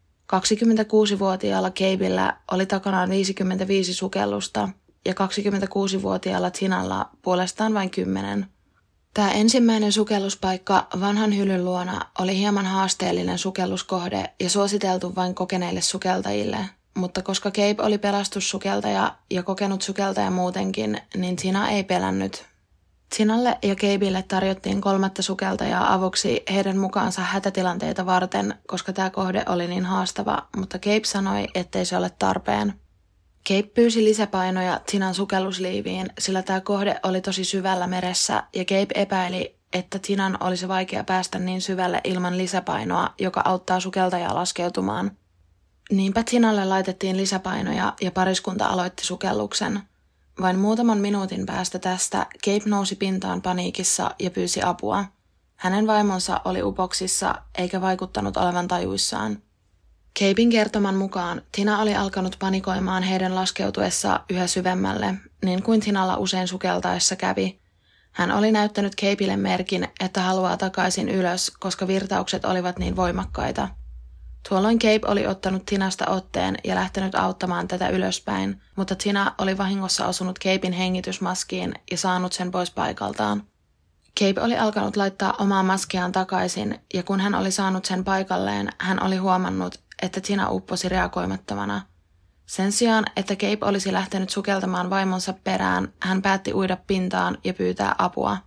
kaksikymmentäkuusivuotiaalla Gabella oli takanaan viisikymmentäviisi sukellusta ja kaksikymmentäkuusivuotiaalla Tinalla puolestaan vain kymmenen. Tämä ensimmäinen sukelluspaikka vanhan hylyn luona oli hieman haasteellinen sukelluskohde ja suositeltu vain kokeneille sukeltajille, mutta koska Gabe oli pelastussukeltaja ja kokenut sukeltaja muutenkin, niin Tina ei pelännyt. Tinalle ja Gabelle tarjottiin kolmatta sukeltajaa avuksi heidän mukaansa hätätilanteita varten, koska tämä kohde oli niin haastava, mutta Gabe sanoi, ettei se ole tarpeen. Gabe pyysi lisäpainoja Tinan sukellusliiviin, sillä tämä kohde oli tosi syvällä meressä ja Gabe epäili, että Tinan olisi vaikea päästä niin syvälle ilman lisäpainoa, joka auttaa sukeltajaa laskeutumaan. Niinpä Tinalle laitettiin lisäpainoja ja pariskunta aloitti sukelluksen. Vain muutaman minuutin päästä tästä Gabe nousi pintaan paniikissa ja pyysi apua. Hänen vaimonsa oli upoksissa eikä vaikuttanut olevan tajuissaan. Gaben kertoman mukaan Tina oli alkanut panikoimaan heidän laskeutuessa yhä syvemmälle, niin kuin Tinalla usein sukeltaessa kävi. Hän oli näyttänyt Gabelle merkin, että haluaa takaisin ylös, koska virtaukset olivat niin voimakkaita. Tuolloin Gabe oli ottanut Tinasta otteen ja lähtenyt auttamaan tätä ylöspäin, mutta Tina oli vahingossa osunut Gaben hengitysmaskiin ja saanut sen pois paikaltaan. Gabe oli alkanut laittaa omaa maskiaan takaisin, ja kun hän oli saanut sen paikalleen, hän oli huomannut, että Tina upposi reagoimattomana. Sen sijaan, että Gabe olisi lähtenyt sukeltamaan vaimonsa perään, hän päätti uida pintaan ja pyytää apua.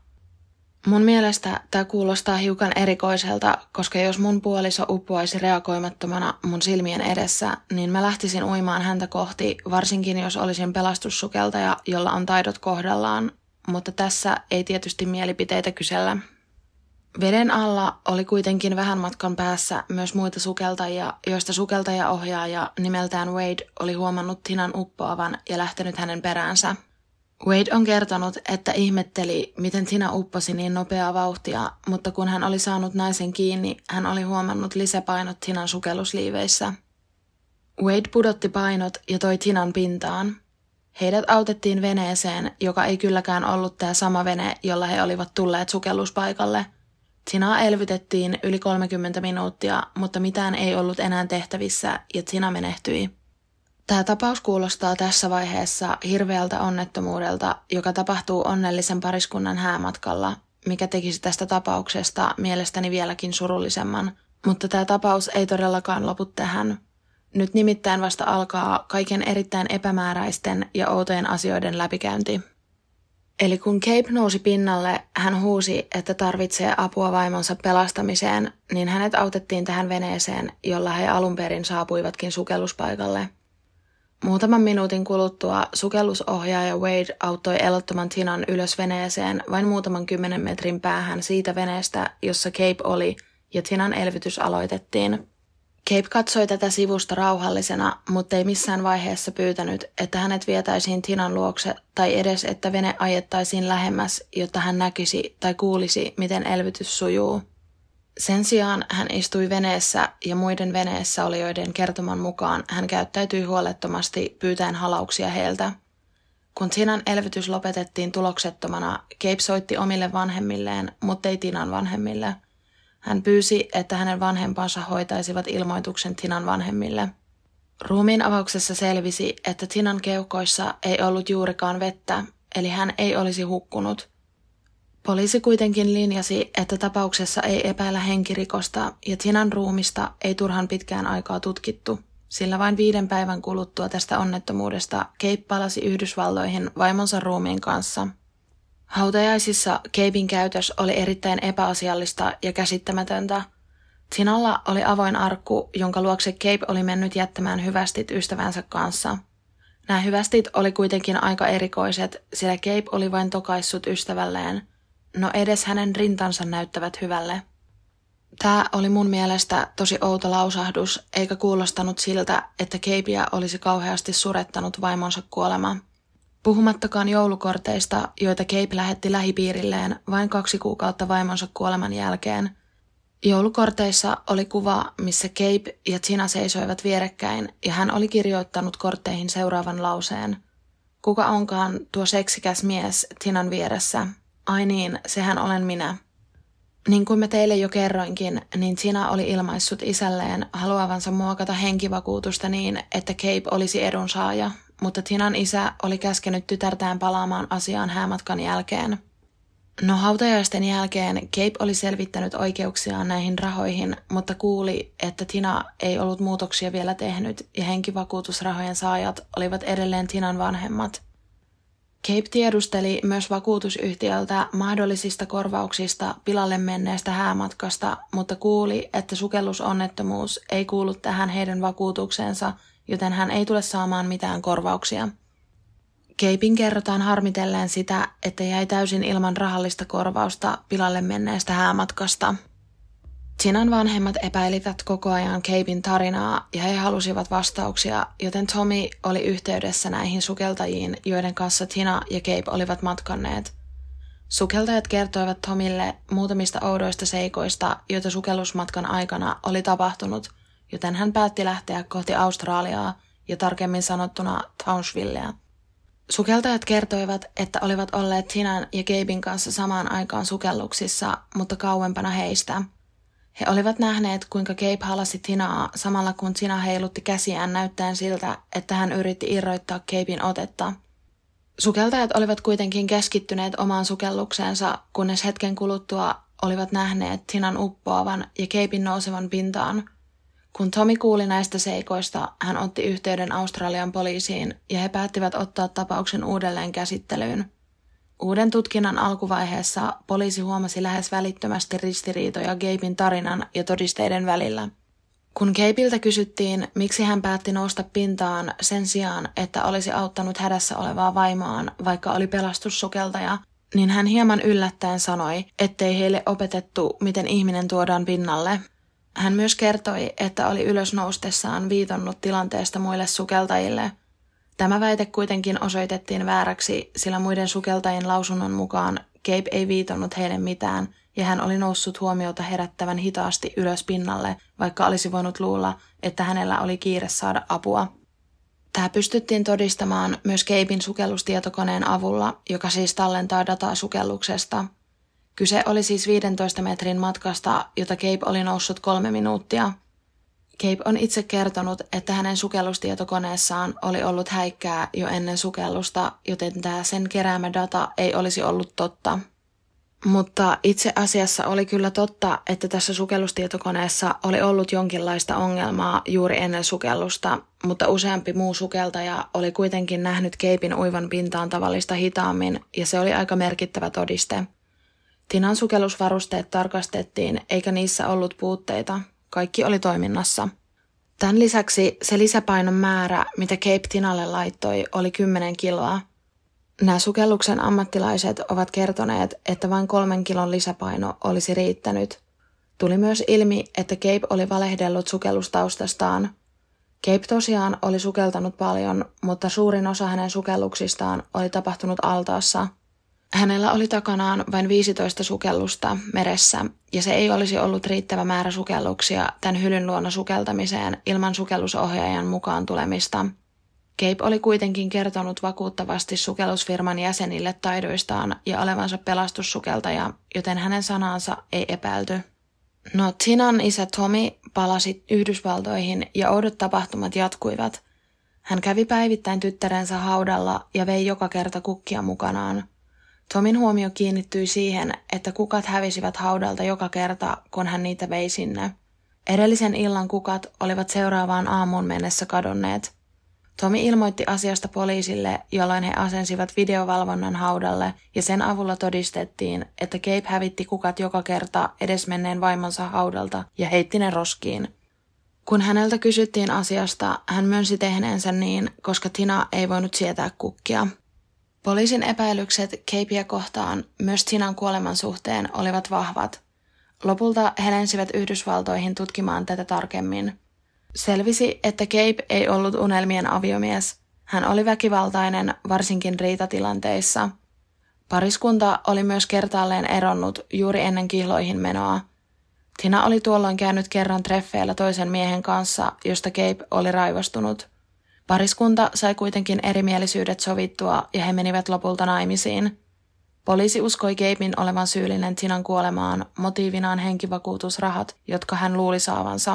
Mun mielestä tämä kuulostaa hiukan erikoiselta, koska jos mun puoliso uppoaisi reagoimattomana mun silmien edessä, niin mä lähtisin uimaan häntä kohti, varsinkin jos olisin pelastussukeltaja, jolla on taidot kohdallaan, mutta tässä ei tietysti mielipiteitä kysellä. Veden alla oli kuitenkin vähän matkan päässä myös muita sukeltajia, joista sukeltajaohjaaja nimeltään Wade oli huomannut Tinan uppoavan ja lähtenyt hänen peräänsä. Wade on kertonut, että ihmetteli, miten Tina upposi niin nopeaa vauhtia, mutta kun hän oli saanut naisen kiinni, hän oli huomannut lisäpainot Tinan sukellusliiveissä. Wade pudotti painot ja toi Tinan pintaan. Heidät autettiin veneeseen, joka ei kylläkään ollut tämä sama vene, jolla he olivat tulleet sukelluspaikalle. Tinaa elvytettiin yli kolmekymmentä minuuttia, mutta mitään ei ollut enää tehtävissä ja Tina menehtyi. Tämä tapaus kuulostaa tässä vaiheessa hirveältä onnettomuudelta, joka tapahtuu onnellisen pariskunnan häämatkalla, mikä tekisi tästä tapauksesta mielestäni vieläkin surullisemman, mutta tämä tapaus ei todellakaan lopu tähän. Nyt nimittäin vasta alkaa kaiken erittäin epämääräisten ja outojen asioiden läpikäynti. Eli kun Gabe nousi pinnalle, hän huusi, että tarvitsee apua vaimonsa pelastamiseen, niin hänet autettiin tähän veneeseen, jolla he alun perin saapuivatkin sukelluspaikalle. Muutaman minuutin kuluttua sukellusohjaaja Wade auttoi elottaman Tinan ylös veneeseen vain muutaman kymmenen metrin päähän siitä veneestä, jossa Cape oli, ja Tinan elvytys aloitettiin. Cape katsoi tätä sivusta rauhallisena, mutta ei missään vaiheessa pyytänyt, että hänet vietäisiin Tinan luokse tai edes, että vene ajettaisiin lähemmäs, jotta hän näkisi tai kuulisi, miten elvytys sujuu. Sen sijaan hän istui veneessä ja muiden veneessä olijoiden kertoman mukaan hän käyttäytyi huolettomasti pyytäen halauksia heiltä. Kun Tinan elvytys lopetettiin tuloksettomana, Cape soitti omille vanhemmilleen, mutta ei Tinan vanhemmille. Hän pyysi, että hänen vanhempansa hoitaisivat ilmoituksen Tinan vanhemmille. Ruumiin avauksessa selvisi, että Tinan keuhkoissa ei ollut juurikaan vettä, eli hän ei olisi hukkunut. Poliisi kuitenkin linjasi, että tapauksessa ei epäillä henkirikosta ja Tinan ruumista ei turhan pitkään aikaa tutkittu, sillä vain viiden päivän kuluttua tästä onnettomuudesta Cape palasi Yhdysvaltoihin vaimonsa ruumiin kanssa. Hautajaisissa Capen käytös oli erittäin epäasiallista ja käsittämätöntä. Tinalla oli avoin arkku, jonka luokse Cape oli mennyt jättämään hyvästit ystävänsä kanssa. Nämä hyvästit oli kuitenkin aika erikoiset, sillä Cape oli vain tokaissut ystävälleen. No edes hänen rintansa näyttävät hyvälle. Tämä oli mun mielestä tosi outo lausahdus, eikä kuulostanut siltä, että Capea olisi kauheasti surettanut vaimonsa kuolema. Puhumattakaan joulukorteista, joita Cape lähetti lähipiirilleen vain kaksi kuukautta vaimonsa kuoleman jälkeen. Joulukorteissa oli kuva, missä Cape ja Tina seisoivat vierekkäin, ja hän oli kirjoittanut kortteihin seuraavan lauseen. Kuka onkaan tuo seksikäs mies Tinan vieressä? Ai niin, sehän olen minä. Niin kuin mä teille jo kerroinkin, niin Tina oli ilmaissut isälleen haluavansa muokata henkivakuutusta niin, että Cape olisi edunsaaja, mutta Tinan isä oli käskenyt tytärtään palaamaan asiaan häämatkan jälkeen. No hautajaisten jälkeen Cape oli selvittänyt oikeuksiaan näihin rahoihin, mutta kuuli, että Tina ei ollut muutoksia vielä tehnyt ja henkivakuutusrahojen saajat olivat edelleen Tinan vanhemmat. Cape tiedusteli myös vakuutusyhtiöltä mahdollisista korvauksista pilalle menneestä häämatkasta, mutta kuuli, että sukellusonnettomuus ei kuulu tähän heidän vakuutukseensa, joten hän ei tule saamaan mitään korvauksia. Capen kerrotaan harmitelleen sitä, että jäi täysin ilman rahallista korvausta pilalle menneestä häämatkasta. Tinan vanhemmat epäilivät koko ajan Capen tarinaa ja he halusivat vastauksia, joten Tommy oli yhteydessä näihin sukeltajiin, joiden kanssa Tina ja Cape olivat matkanneet. Sukeltajat kertoivat Tomille muutamista oudoista seikoista, joita sukellusmatkan aikana oli tapahtunut, joten hän päätti lähteä kohti Australiaa ja tarkemmin sanottuna Townsvillea. Sukeltajat kertoivat, että olivat olleet Tinan ja Capen kanssa samaan aikaan sukelluksissa, mutta kauempana heistä. He olivat nähneet, kuinka Cape halasi Tinaa samalla kun Tina heilutti käsiään näyttäen siltä, että hän yritti irroittaa Capen otetta. Sukeltajat olivat kuitenkin keskittyneet omaan sukellukseensa, kunnes hetken kuluttua olivat nähneet Tinan uppoavan ja Capen nousevan pintaan. Kun Tommy kuuli näistä seikoista, hän otti yhteyden Australian poliisiin ja he päättivät ottaa tapauksen uudelleen käsittelyyn. Uuden tutkinnan alkuvaiheessa poliisi huomasi lähes välittömästi ristiriitoja Capen tarinan ja todisteiden välillä. Kun Capeltä kysyttiin, miksi hän päätti nousta pintaan sen sijaan, että olisi auttanut hädässä olevaa vaimoaan, vaikka oli pelastussukeltaja, niin hän hieman yllättäen sanoi, ettei heille opetettu, miten ihminen tuodaan pinnalle. Hän myös kertoi, että oli ylös noustessaan viitonnut tilanteesta muille sukeltajille. Tämä väite kuitenkin osoitettiin vääräksi, sillä muiden sukeltajien lausunnon mukaan Cape ei viitonnut heille mitään ja hän oli noussut huomiota herättävän hitaasti ylös pinnalle, vaikka olisi voinut luulla, että hänellä oli kiire saada apua. Tämä pystyttiin todistamaan myös Capen sukellustietokoneen avulla, joka siis tallentaa dataa sukelluksesta. Kyse oli siis viidentoista metrin matkasta, jota Cape oli noussut kolme minuuttia. Cape on itse kertonut, että hänen sukellustietokoneessaan oli ollut häikkää jo ennen sukellusta, joten tämä sen keräämä data ei olisi ollut totta. Mutta itse asiassa oli kyllä totta, että tässä sukellustietokoneessa oli ollut jonkinlaista ongelmaa juuri ennen sukellusta, mutta useampi muu sukeltaja oli kuitenkin nähnyt Capen uivan pintaan tavallista hitaammin ja se oli aika merkittävä todiste. Tinan sukellusvarusteet tarkastettiin eikä niissä ollut puutteita. Kaikki oli toiminnassa. Tämän lisäksi se lisäpainon määrä, mitä Cape Tinalle laittoi, oli kymmenen kiloa. Nämä sukelluksen ammattilaiset ovat kertoneet, että vain kolmen kilon lisäpaino olisi riittänyt. Tuli myös ilmi, että Cape oli valehdellut sukellustaustastaan. Cape tosiaan oli sukeltanut paljon, mutta suurin osa hänen sukelluksistaan oli tapahtunut altaassa. Hänellä oli takanaan vain viisitoista sukellusta meressä, ja se ei olisi ollut riittävä määrä sukelluksia tämän hylyn luona sukeltamiseen ilman sukellusohjaajan mukaan tulemista. Cape oli kuitenkin kertonut vakuuttavasti sukellusfirman jäsenille taidoistaan ja olevansa pelastussukeltaja, joten hänen sanansa ei epäilty. No, Tinan isä Tommy palasi Yhdysvaltoihin ja oudot tapahtumat jatkuivat. Hän kävi päivittäin tyttärensä haudalla ja vei joka kerta kukkia mukanaan. Tomin huomio kiinnittyi siihen, että kukat hävisivät haudalta joka kerta, kun hän niitä vei sinne. Edellisen illan kukat olivat seuraavaan aamuun mennessä kadonneet. Tommy ilmoitti asiasta poliisille, jolloin he asensivat videovalvonnan haudalle ja sen avulla todistettiin, että Cape hävitti kukat joka kerta edesmenneen vaimonsa haudalta ja heitti ne roskiin. Kun häneltä kysyttiin asiasta, hän myönsi tehneensä niin, koska Tina ei voinut sietää kukkia. Poliisin epäilykset Capea kohtaan myös Tinan kuoleman suhteen olivat vahvat. Lopulta he lensivät Yhdysvaltoihin tutkimaan tätä tarkemmin. Selvisi, että Cape ei ollut unelmien aviomies. Hän oli väkivaltainen, varsinkin riitatilanteissa. Pariskunta oli myös kertaalleen eronnut juuri ennen kihloihin menoa. Tina oli tuolloin käynyt kerran treffeillä toisen miehen kanssa, josta Cape oli raivostunut. Pariskunta sai kuitenkin erimielisyydet sovittua ja he menivät lopulta naimisiin. Poliisi uskoi Capein olevan syyllinen Tinan kuolemaan, motiivinaan henkivakuutusrahat, jotka hän luuli saavansa.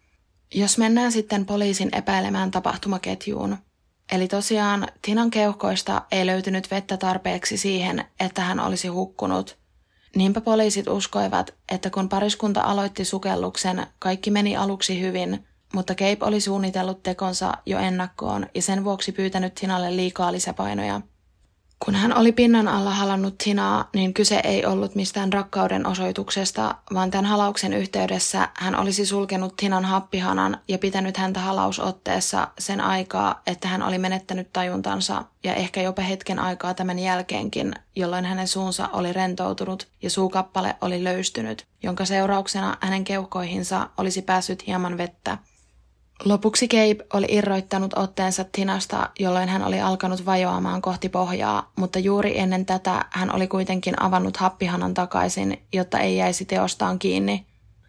Jos mennään sitten poliisin epäilemään tapahtumaketjuun. Eli tosiaan Tinan keuhkoista ei löytynyt vettä tarpeeksi siihen, että hän olisi hukkunut. Niinpä poliisit uskoivat, että kun pariskunta aloitti sukelluksen, kaikki meni aluksi hyvin, mutta Cape oli suunnitellut tekonsa jo ennakkoon ja sen vuoksi pyytänyt Tinalle liikaa lisäpainoja. Kun hän oli pinnan alla halannut Tinaa, niin kyse ei ollut mistään rakkauden osoituksesta, vaan tämän halauksen yhteydessä hän olisi sulkenut Tinan happihanan ja pitänyt häntä halausotteessa sen aikaa, että hän oli menettänyt tajuntansa ja ehkä jopa hetken aikaa tämän jälkeenkin, jolloin hänen suunsa oli rentoutunut ja suukappale oli löystynyt, jonka seurauksena hänen keuhkoihinsa olisi päässyt hieman vettä. Lopuksi Cape oli irroittanut otteensa Tinasta, jolloin hän oli alkanut vajoamaan kohti pohjaa, mutta juuri ennen tätä hän oli kuitenkin avannut happihanan takaisin, jotta ei jäisi teostaan kiinni.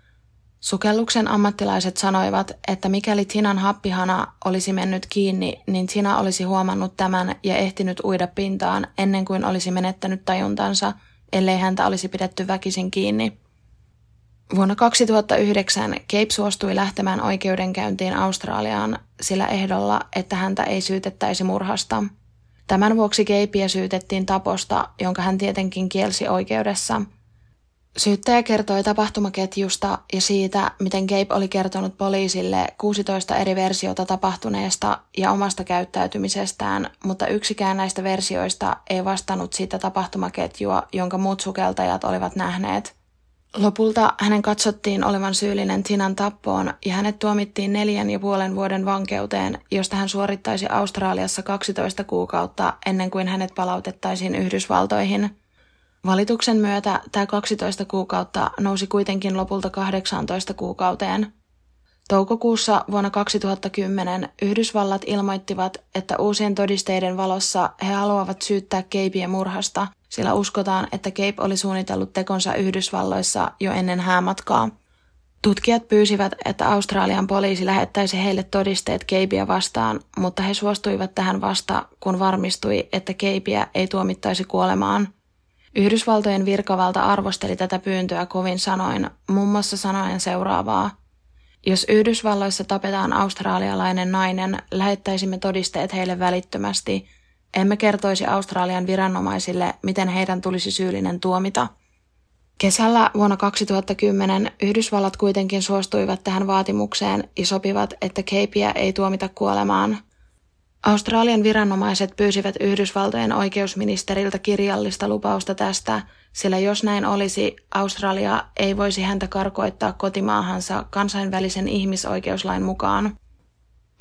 Sukelluksen ammattilaiset sanoivat, että mikäli Tinan happihana olisi mennyt kiinni, niin Tina olisi huomannut tämän ja ehtinyt uida pintaan ennen kuin olisi menettänyt tajuntansa, ellei häntä olisi pidetty väkisin kiinni. Vuonna kaksituhattayhdeksän Cape suostui lähtemään oikeudenkäyntiin Australiaan sillä ehdolla, että häntä ei syytettäisi murhasta. Tämän vuoksi Capea syytettiin taposta, jonka hän tietenkin kielsi oikeudessa. Syyttäjä kertoi tapahtumaketjusta ja siitä, miten Cape oli kertonut poliisille kuusitoista eri versiota tapahtuneesta ja omasta käyttäytymisestään, mutta yksikään näistä versioista ei vastannut sitä tapahtumaketjua, jonka muut sukeltajat olivat nähneet. Lopulta hänen katsottiin olevan syyllinen Tinan tappoon ja hänet tuomittiin neljän ja puolen vuoden vankeuteen, josta hän suorittaisi Australiassa kaksitoista kuukautta ennen kuin hänet palautettaisiin Yhdysvaltoihin. Valituksen myötä tämä kaksitoista kuukautta nousi kuitenkin lopulta kahdeksantoista kuukauteen. Toukokuussa vuonna kaksituhattakymmenen Yhdysvallat ilmoittivat, että uusien todisteiden valossa he haluavat syyttää Capea murhasta, sillä uskotaan, että Cape oli suunnitellut tekonsa Yhdysvalloissa jo ennen häämatkaa. Tutkijat pyysivät, että Australian poliisi lähettäisi heille todisteet Capea vastaan, mutta he suostuivat tähän vasta, kun varmistui, että Capea ei tuomittaisi kuolemaan. Yhdysvaltojen virkavalta arvosteli tätä pyyntöä kovin sanoin, muun muassa sanoen seuraavaa. Jos Yhdysvalloissa tapetaan australialainen nainen, lähettäisimme todisteet heille välittömästi. Emme kertoisi Australian viranomaisille, miten heidän tulisi syyllinen tuomita. Kesällä vuonna kaksituhattakymmenen Yhdysvallat kuitenkin suostuivat tähän vaatimukseen ja sopivat, että Capea ei tuomita kuolemaan. Australian viranomaiset pyysivät Yhdysvaltojen oikeusministeriltä kirjallista lupausta tästä, sillä jos näin olisi, Australia ei voisi häntä karkoittaa kotimaahansa kansainvälisen ihmisoikeuslain mukaan.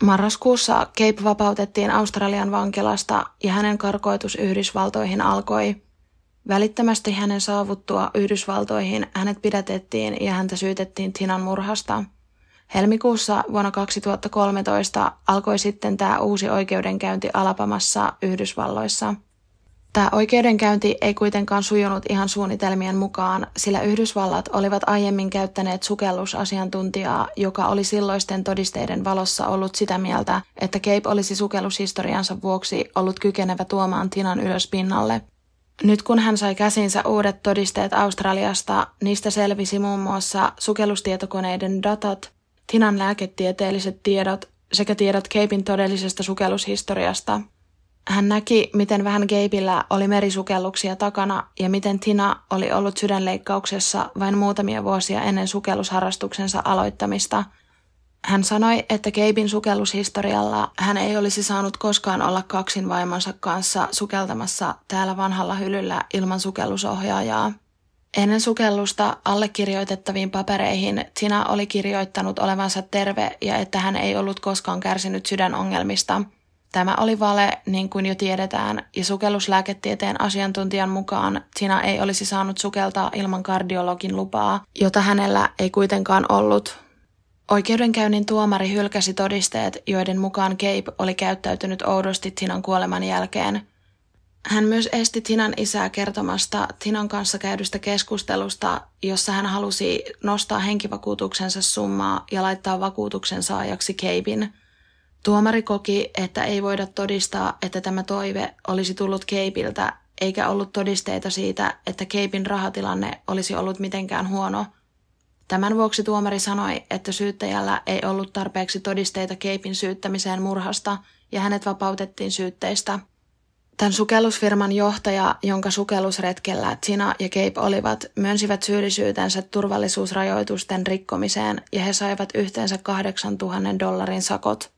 Marraskuussa Gabe vapautettiin Australian vankilasta ja hänen karkoitus Yhdysvaltoihin alkoi. Välittömästi hänen saavuttua Yhdysvaltoihin hänet pidätettiin ja häntä syytettiin Tinan murhasta. Helmikuussa vuonna kaksituhattakolmetoista alkoi sitten tämä uusi oikeudenkäynti Alabamassa Yhdysvalloissa. Tämä oikeudenkäynti ei kuitenkaan sujunut ihan suunnitelmien mukaan, sillä Yhdysvallat olivat aiemmin käyttäneet sukellusasiantuntijaa, joka oli silloisten todisteiden valossa ollut sitä mieltä, että Gabe olisi sukellushistoriansa vuoksi ollut kykenevä tuomaan Tinan ylös pinnalle. Nyt kun hän sai käsinsä uudet todisteet Australiasta, niistä selvisi muun muassa sukellustietokoneiden datat, Tinan lääketieteelliset tiedot sekä tiedot Gaben todellisesta sukellushistoriasta. Hän näki, miten vähän Gabella oli merisukelluksia takana ja miten Tina oli ollut sydänleikkauksessa vain muutamia vuosia ennen sukellusharrastuksensa aloittamista. Hän sanoi, että Gaben sukellushistorialla hän ei olisi saanut koskaan olla kaksin vaimonsa kanssa sukeltamassa täällä vanhalla hylyllä ilman sukellusohjaajaa. Ennen sukellusta allekirjoitettaviin papereihin Tina oli kirjoittanut olevansa terve ja että hän ei ollut koskaan kärsinyt sydänongelmista. Tämä oli vale, niin kuin jo tiedetään, ja sukelluslääketieteen asiantuntijan mukaan Tina ei olisi saanut sukeltaa ilman kardiologin lupaa, jota hänellä ei kuitenkaan ollut. Oikeudenkäynnin tuomari hylkäsi todisteet, joiden mukaan Gabe oli käyttäytynyt oudosti Tinan kuoleman jälkeen. Hän myös esti Tinan isää kertomasta Tinan kanssa käydystä keskustelusta, jossa hän halusi nostaa henkivakuutuksensa summaa ja laittaa vakuutuksen saajaksi Gaben. Tuomari koki, että ei voida todistaa, että tämä toive olisi tullut Gabeiltä, eikä ollut todisteita siitä, että Gaben rahatilanne olisi ollut mitenkään huono. Tämän vuoksi tuomari sanoi, että syyttäjällä ei ollut tarpeeksi todisteita Gaben syyttämiseen murhasta ja hänet vapautettiin syytteistä. Tämän sukellusfirman johtaja, jonka sukellusretkellä Tina ja Gabe olivat, myönsivät syyllisyytensä turvallisuusrajoitusten rikkomiseen ja he saivat yhteensä kahdeksantuhannen dollarin sakot.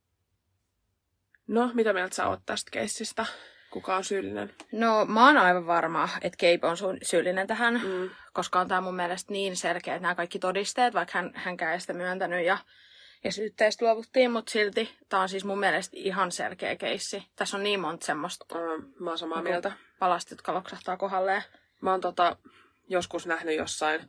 No, mitä mieltä sä oot tästä keissistä? Kuka on syyllinen? No, mä oon aivan varma, että Gabe on su- syyllinen tähän, Mm. koska on tää mun mielestä niin selkeä, että nämä kaikki todisteet, vaikka hän, hänkään ei sitä myöntänyt ja, ja syytteistä luovuttiin, mutta silti tää on siis mun mielestä ihan selkeä keissi. Tässä on niin monta semmoista Mm, mä oon samaa niin mieltä. palasta, jotka loksahtaa kohdalleen. Mä oon tota, joskus nähnyt jossain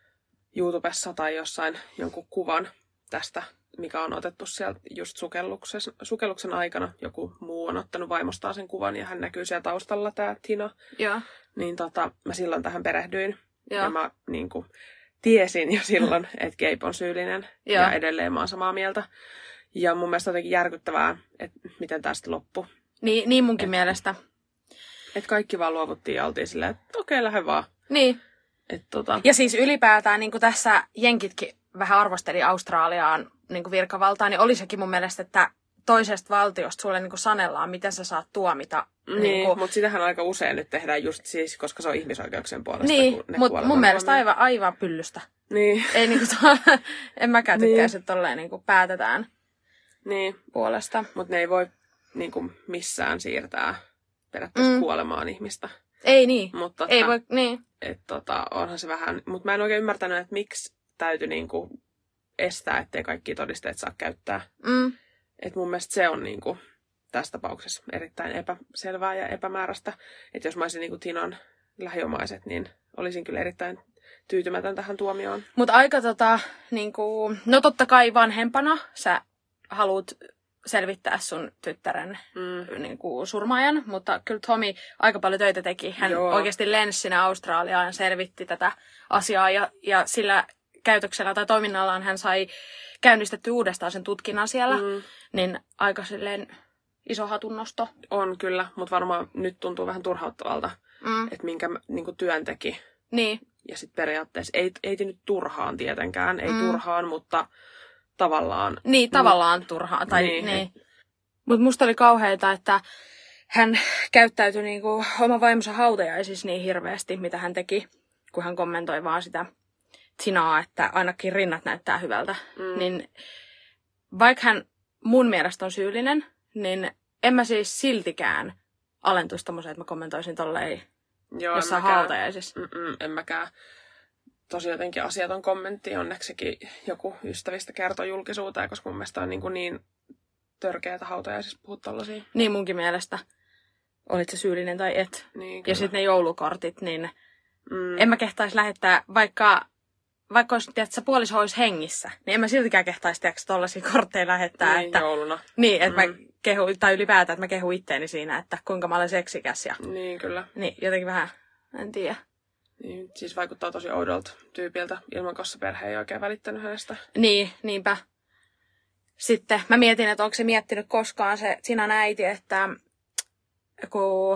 YouTubessa tai jossain jonkun kuvan tästä, mikä on otettu sieltä just sukelluksen, sukelluksen aikana. Joku muu on ottanut vaimostaan sen kuvan ja hän näkyy siellä taustalla, tää Tina. Joo. Niin tota, mä silloin tähän perehdyin. Joo. Ja mä niin kuin, tiesin jo silloin, että Gabe on syyllinen. Joo. Ja edelleen mä oon samaa mieltä. Ja mun mielestä on jotenkin järkyttävää, että miten tästä loppui. Niin, niin munkin et, mielestä. Että kaikki vaan luovuttiin ja oltiin silleen, että okei, okay, lähde vaan. Niin. Et, tota... Ja siis ylipäätään niin kuin tässä jenkitkin vähän arvosteli Australiaan niin kuin virkavaltaa, niin oli sekin mun mielestä, että toisesta valtiosta sulle niin kuin sanellaan, miten sä saat tuomita. Niin, niin kuin... mutta sitähän aika usein nyt tehdään just siis, koska se on ihmisoikeuksien puolesta. Niin, mutta mun mielestä aivan, aivan pyllystä. Niin. Ei niinku tuo, en mäkään tykkäisi, niin. että tolleen niinku päätetään niin. puolesta. Mutta ne ei voi niinku missään siirtää periaatteessa mm. kuolemaan ihmistä. Ei niin, Mutta, ei voi, niin. Että tota, onhan se vähän, mutta mä en oikein ymmärtänyt, että miksi täytyy niinku estää, ettei kaikki todisteet saa käyttää. Mm. Että mun mielestä se on niinku tässä tapauksessa erittäin epäselvää ja epämääräistä. Että jos mä olisin niinku Tinan lähiomaiset, niin olisin kyllä erittäin tyytymätön tähän tuomioon. Mutta aika tota, niinku, no totta kai vanhempana sä haluat selvittää sun tyttären mm. niinku, surmaajan, mutta kyllä Tommy aika paljon töitä teki. Hän Joo. oikeasti lensi sinne Australiaan ja selvitti tätä asiaa ja, ja sillä käytöksellä tai toiminnallaan hän sai käynnistetty uudestaan sen tutkinnan siellä, mm. niin aika silleen iso hatunnosto. On kyllä, mutta varmaan nyt tuntuu vähän turhauttavalta, mm. että minkä niin kuin työn teki. Niin. Ja sitten periaatteessa, ei, ei nyt turhaan tietenkään, ei mm. turhaan, mutta tavallaan. Niin, tavallaan mm. turhaan. Tai, niin. niin. Mutta musta oli kauheita, että hän käyttäytyi niinku oma vaimonsa hautajaisissa niin hirveästi, mitä hän teki, kun hän kommentoi vaan sitä Tinaa, että ainakin rinnat näyttää hyvältä. Mm. Niin vaikka hän mun mielestä on syyllinen, niin en mä siis siltikään alentuisi tommoseen, että mä kommentoisin tolleen Joo, jossain hautajaisissa. Mm-mm, en mäkään. Tosi jotenkin asiaton kommentti. Onneksi joku ystävistä kertoi julkisuuteen, koska mun mielestä on niin, niin törkeätä hautajaisissa puhua tollasia. Niin munkin mielestä. Olit se syyllinen tai et. Niin, ja sitten ne joulukortit, niin mm. en mä kehtaisi lähettää, vaikka, vaikka olisi, tiedätkö, puoliso olisi hengissä, niin en mä siltikään kehtaisi, tiedätkö, tollaisia kortteja lähettää. Niin, että, jouluna. Niin, että mm. mä kehu, tai ylipäätään, että mä kehun itteeni siinä, että kuinka mä olen seksikäs. Ja, niin, kyllä. Niin, jotenkin vähän, en tiedä. Niin, siis vaikuttaa tosi oudolta tyypiltä, ilman koska perhe ei oikein välittänyt hänestä. Niin, niinpä. Sitten mä mietin, että onko se miettinyt koskaan se Zinan äiti, että kun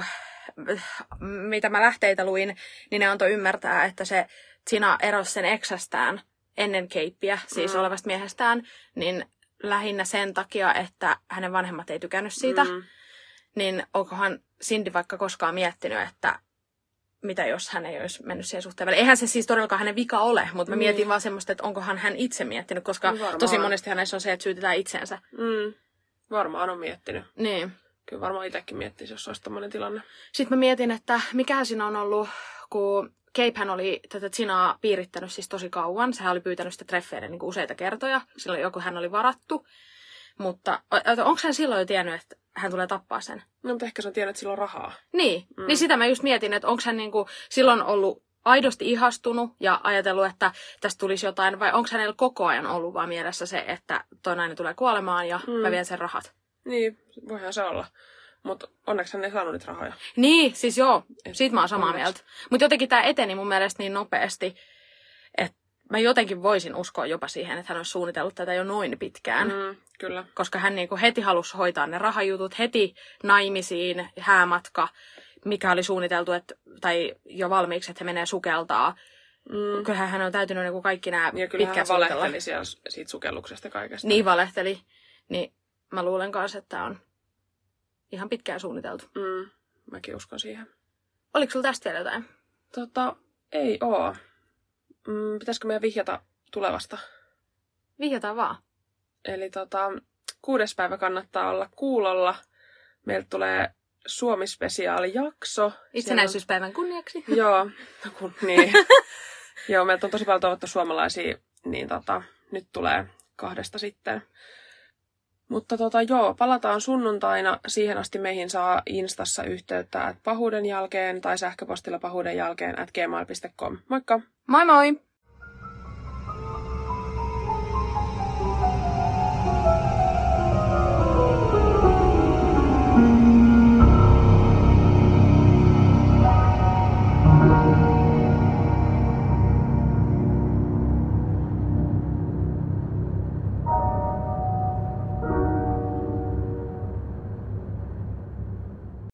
mitä mä lähteitä luin, niin ne antoi ymmärtää, että se Zina erosi sen eksästään ennen keippiä, siis mm. olevasta miehestään, niin lähinnä sen takia, että hänen vanhemmat ei tykännyt siitä. Mm. Niin onkohan Cindy vaikka koskaan miettinyt, että mitä jos hän ei olisi mennyt siihen suhteen väliin. Eihän se siis todellakaan hänen vika ole, mutta mä mietin mm. vaan semmoista, että onkohan hän itse miettinyt, koska no tosi monesti hänessä on se, että syytetään itsensä. Mm. Varmaan on miettinyt. Niin. Kyllä varmaan itsekin miettisi, jos olisi tommoinen tilanne. Sitten mä mietin, että mikä siinä on ollut, kun Capehän oli tätä Zinaa piirittänyt siis tosi kauan. Sehän oli pyytänyt sitä treffeille niin kuin useita kertoja. Silloin joku hän oli varattu. Mutta onko hän silloin jo tiennyt, että hän tulee tappaa sen? No, mutta ehkä se on tiennyt, että sillä on rahaa. Niin, mm. niin sitä mä just mietin, että onko hän niin kuin silloin ollut aidosti ihastunut ja ajatellut, että tästä tulisi jotain, vai onko hänellä koko ajan ollut vaan mielessä se, että toi nainen tulee kuolemaan ja mm. mä vien sen rahat. Niin, voihan se olla. Mutta onneksi hän ei saanut niitä rahoja. Niin, siis joo, Et siitä mä oon samaa onneksi. mieltä. Mutta jotenkin tää eteni mun mielestä niin nopeasti, että mä jotenkin voisin uskoa jopa siihen, että hän olisi suunnitellut tätä jo noin pitkään. Mm, kyllä. Koska hän niinku heti halusi hoitaa ne rahajutut, heti naimisiin, häämatka, mikä oli suunniteltu, että, tai jo valmiiksi, että he menee sukeltaa. Mm. Kyllähän hän on täytynyt niinku kaikki nämä ja kyllä pitkään hän suunnitella. valehteli siellä siitä sukelluksesta kaikesta. Niin valehteli. Niin mä luulen kanssa, että on ihan pitkään suunniteltu. Mm, mäkin uskon siihen. Oliko sulla tästä vielä jotain? Tota, ei oo. Mm, pitäisikö meidän vihjata tulevasta? Vihjataan vaan. Eli tota, kuudes päivä kannattaa olla kuulolla. Meiltä tulee Suomi-spesiaalijakso. Itsenäisyyspäivän kunniaksi. Joo, no kun, niin. Joo, meiltä on tosi paljon toivottu suomalaisia, niin tota, nyt tulee kahdesta sitten. Mutta tota, joo, palataan sunnuntaina. Siihen asti meihin saa Instassa yhteyttä at pahuuden jälkeen tai sähköpostilla pahuuden jälkeen at gmail piste com. Moikka! Moi moi!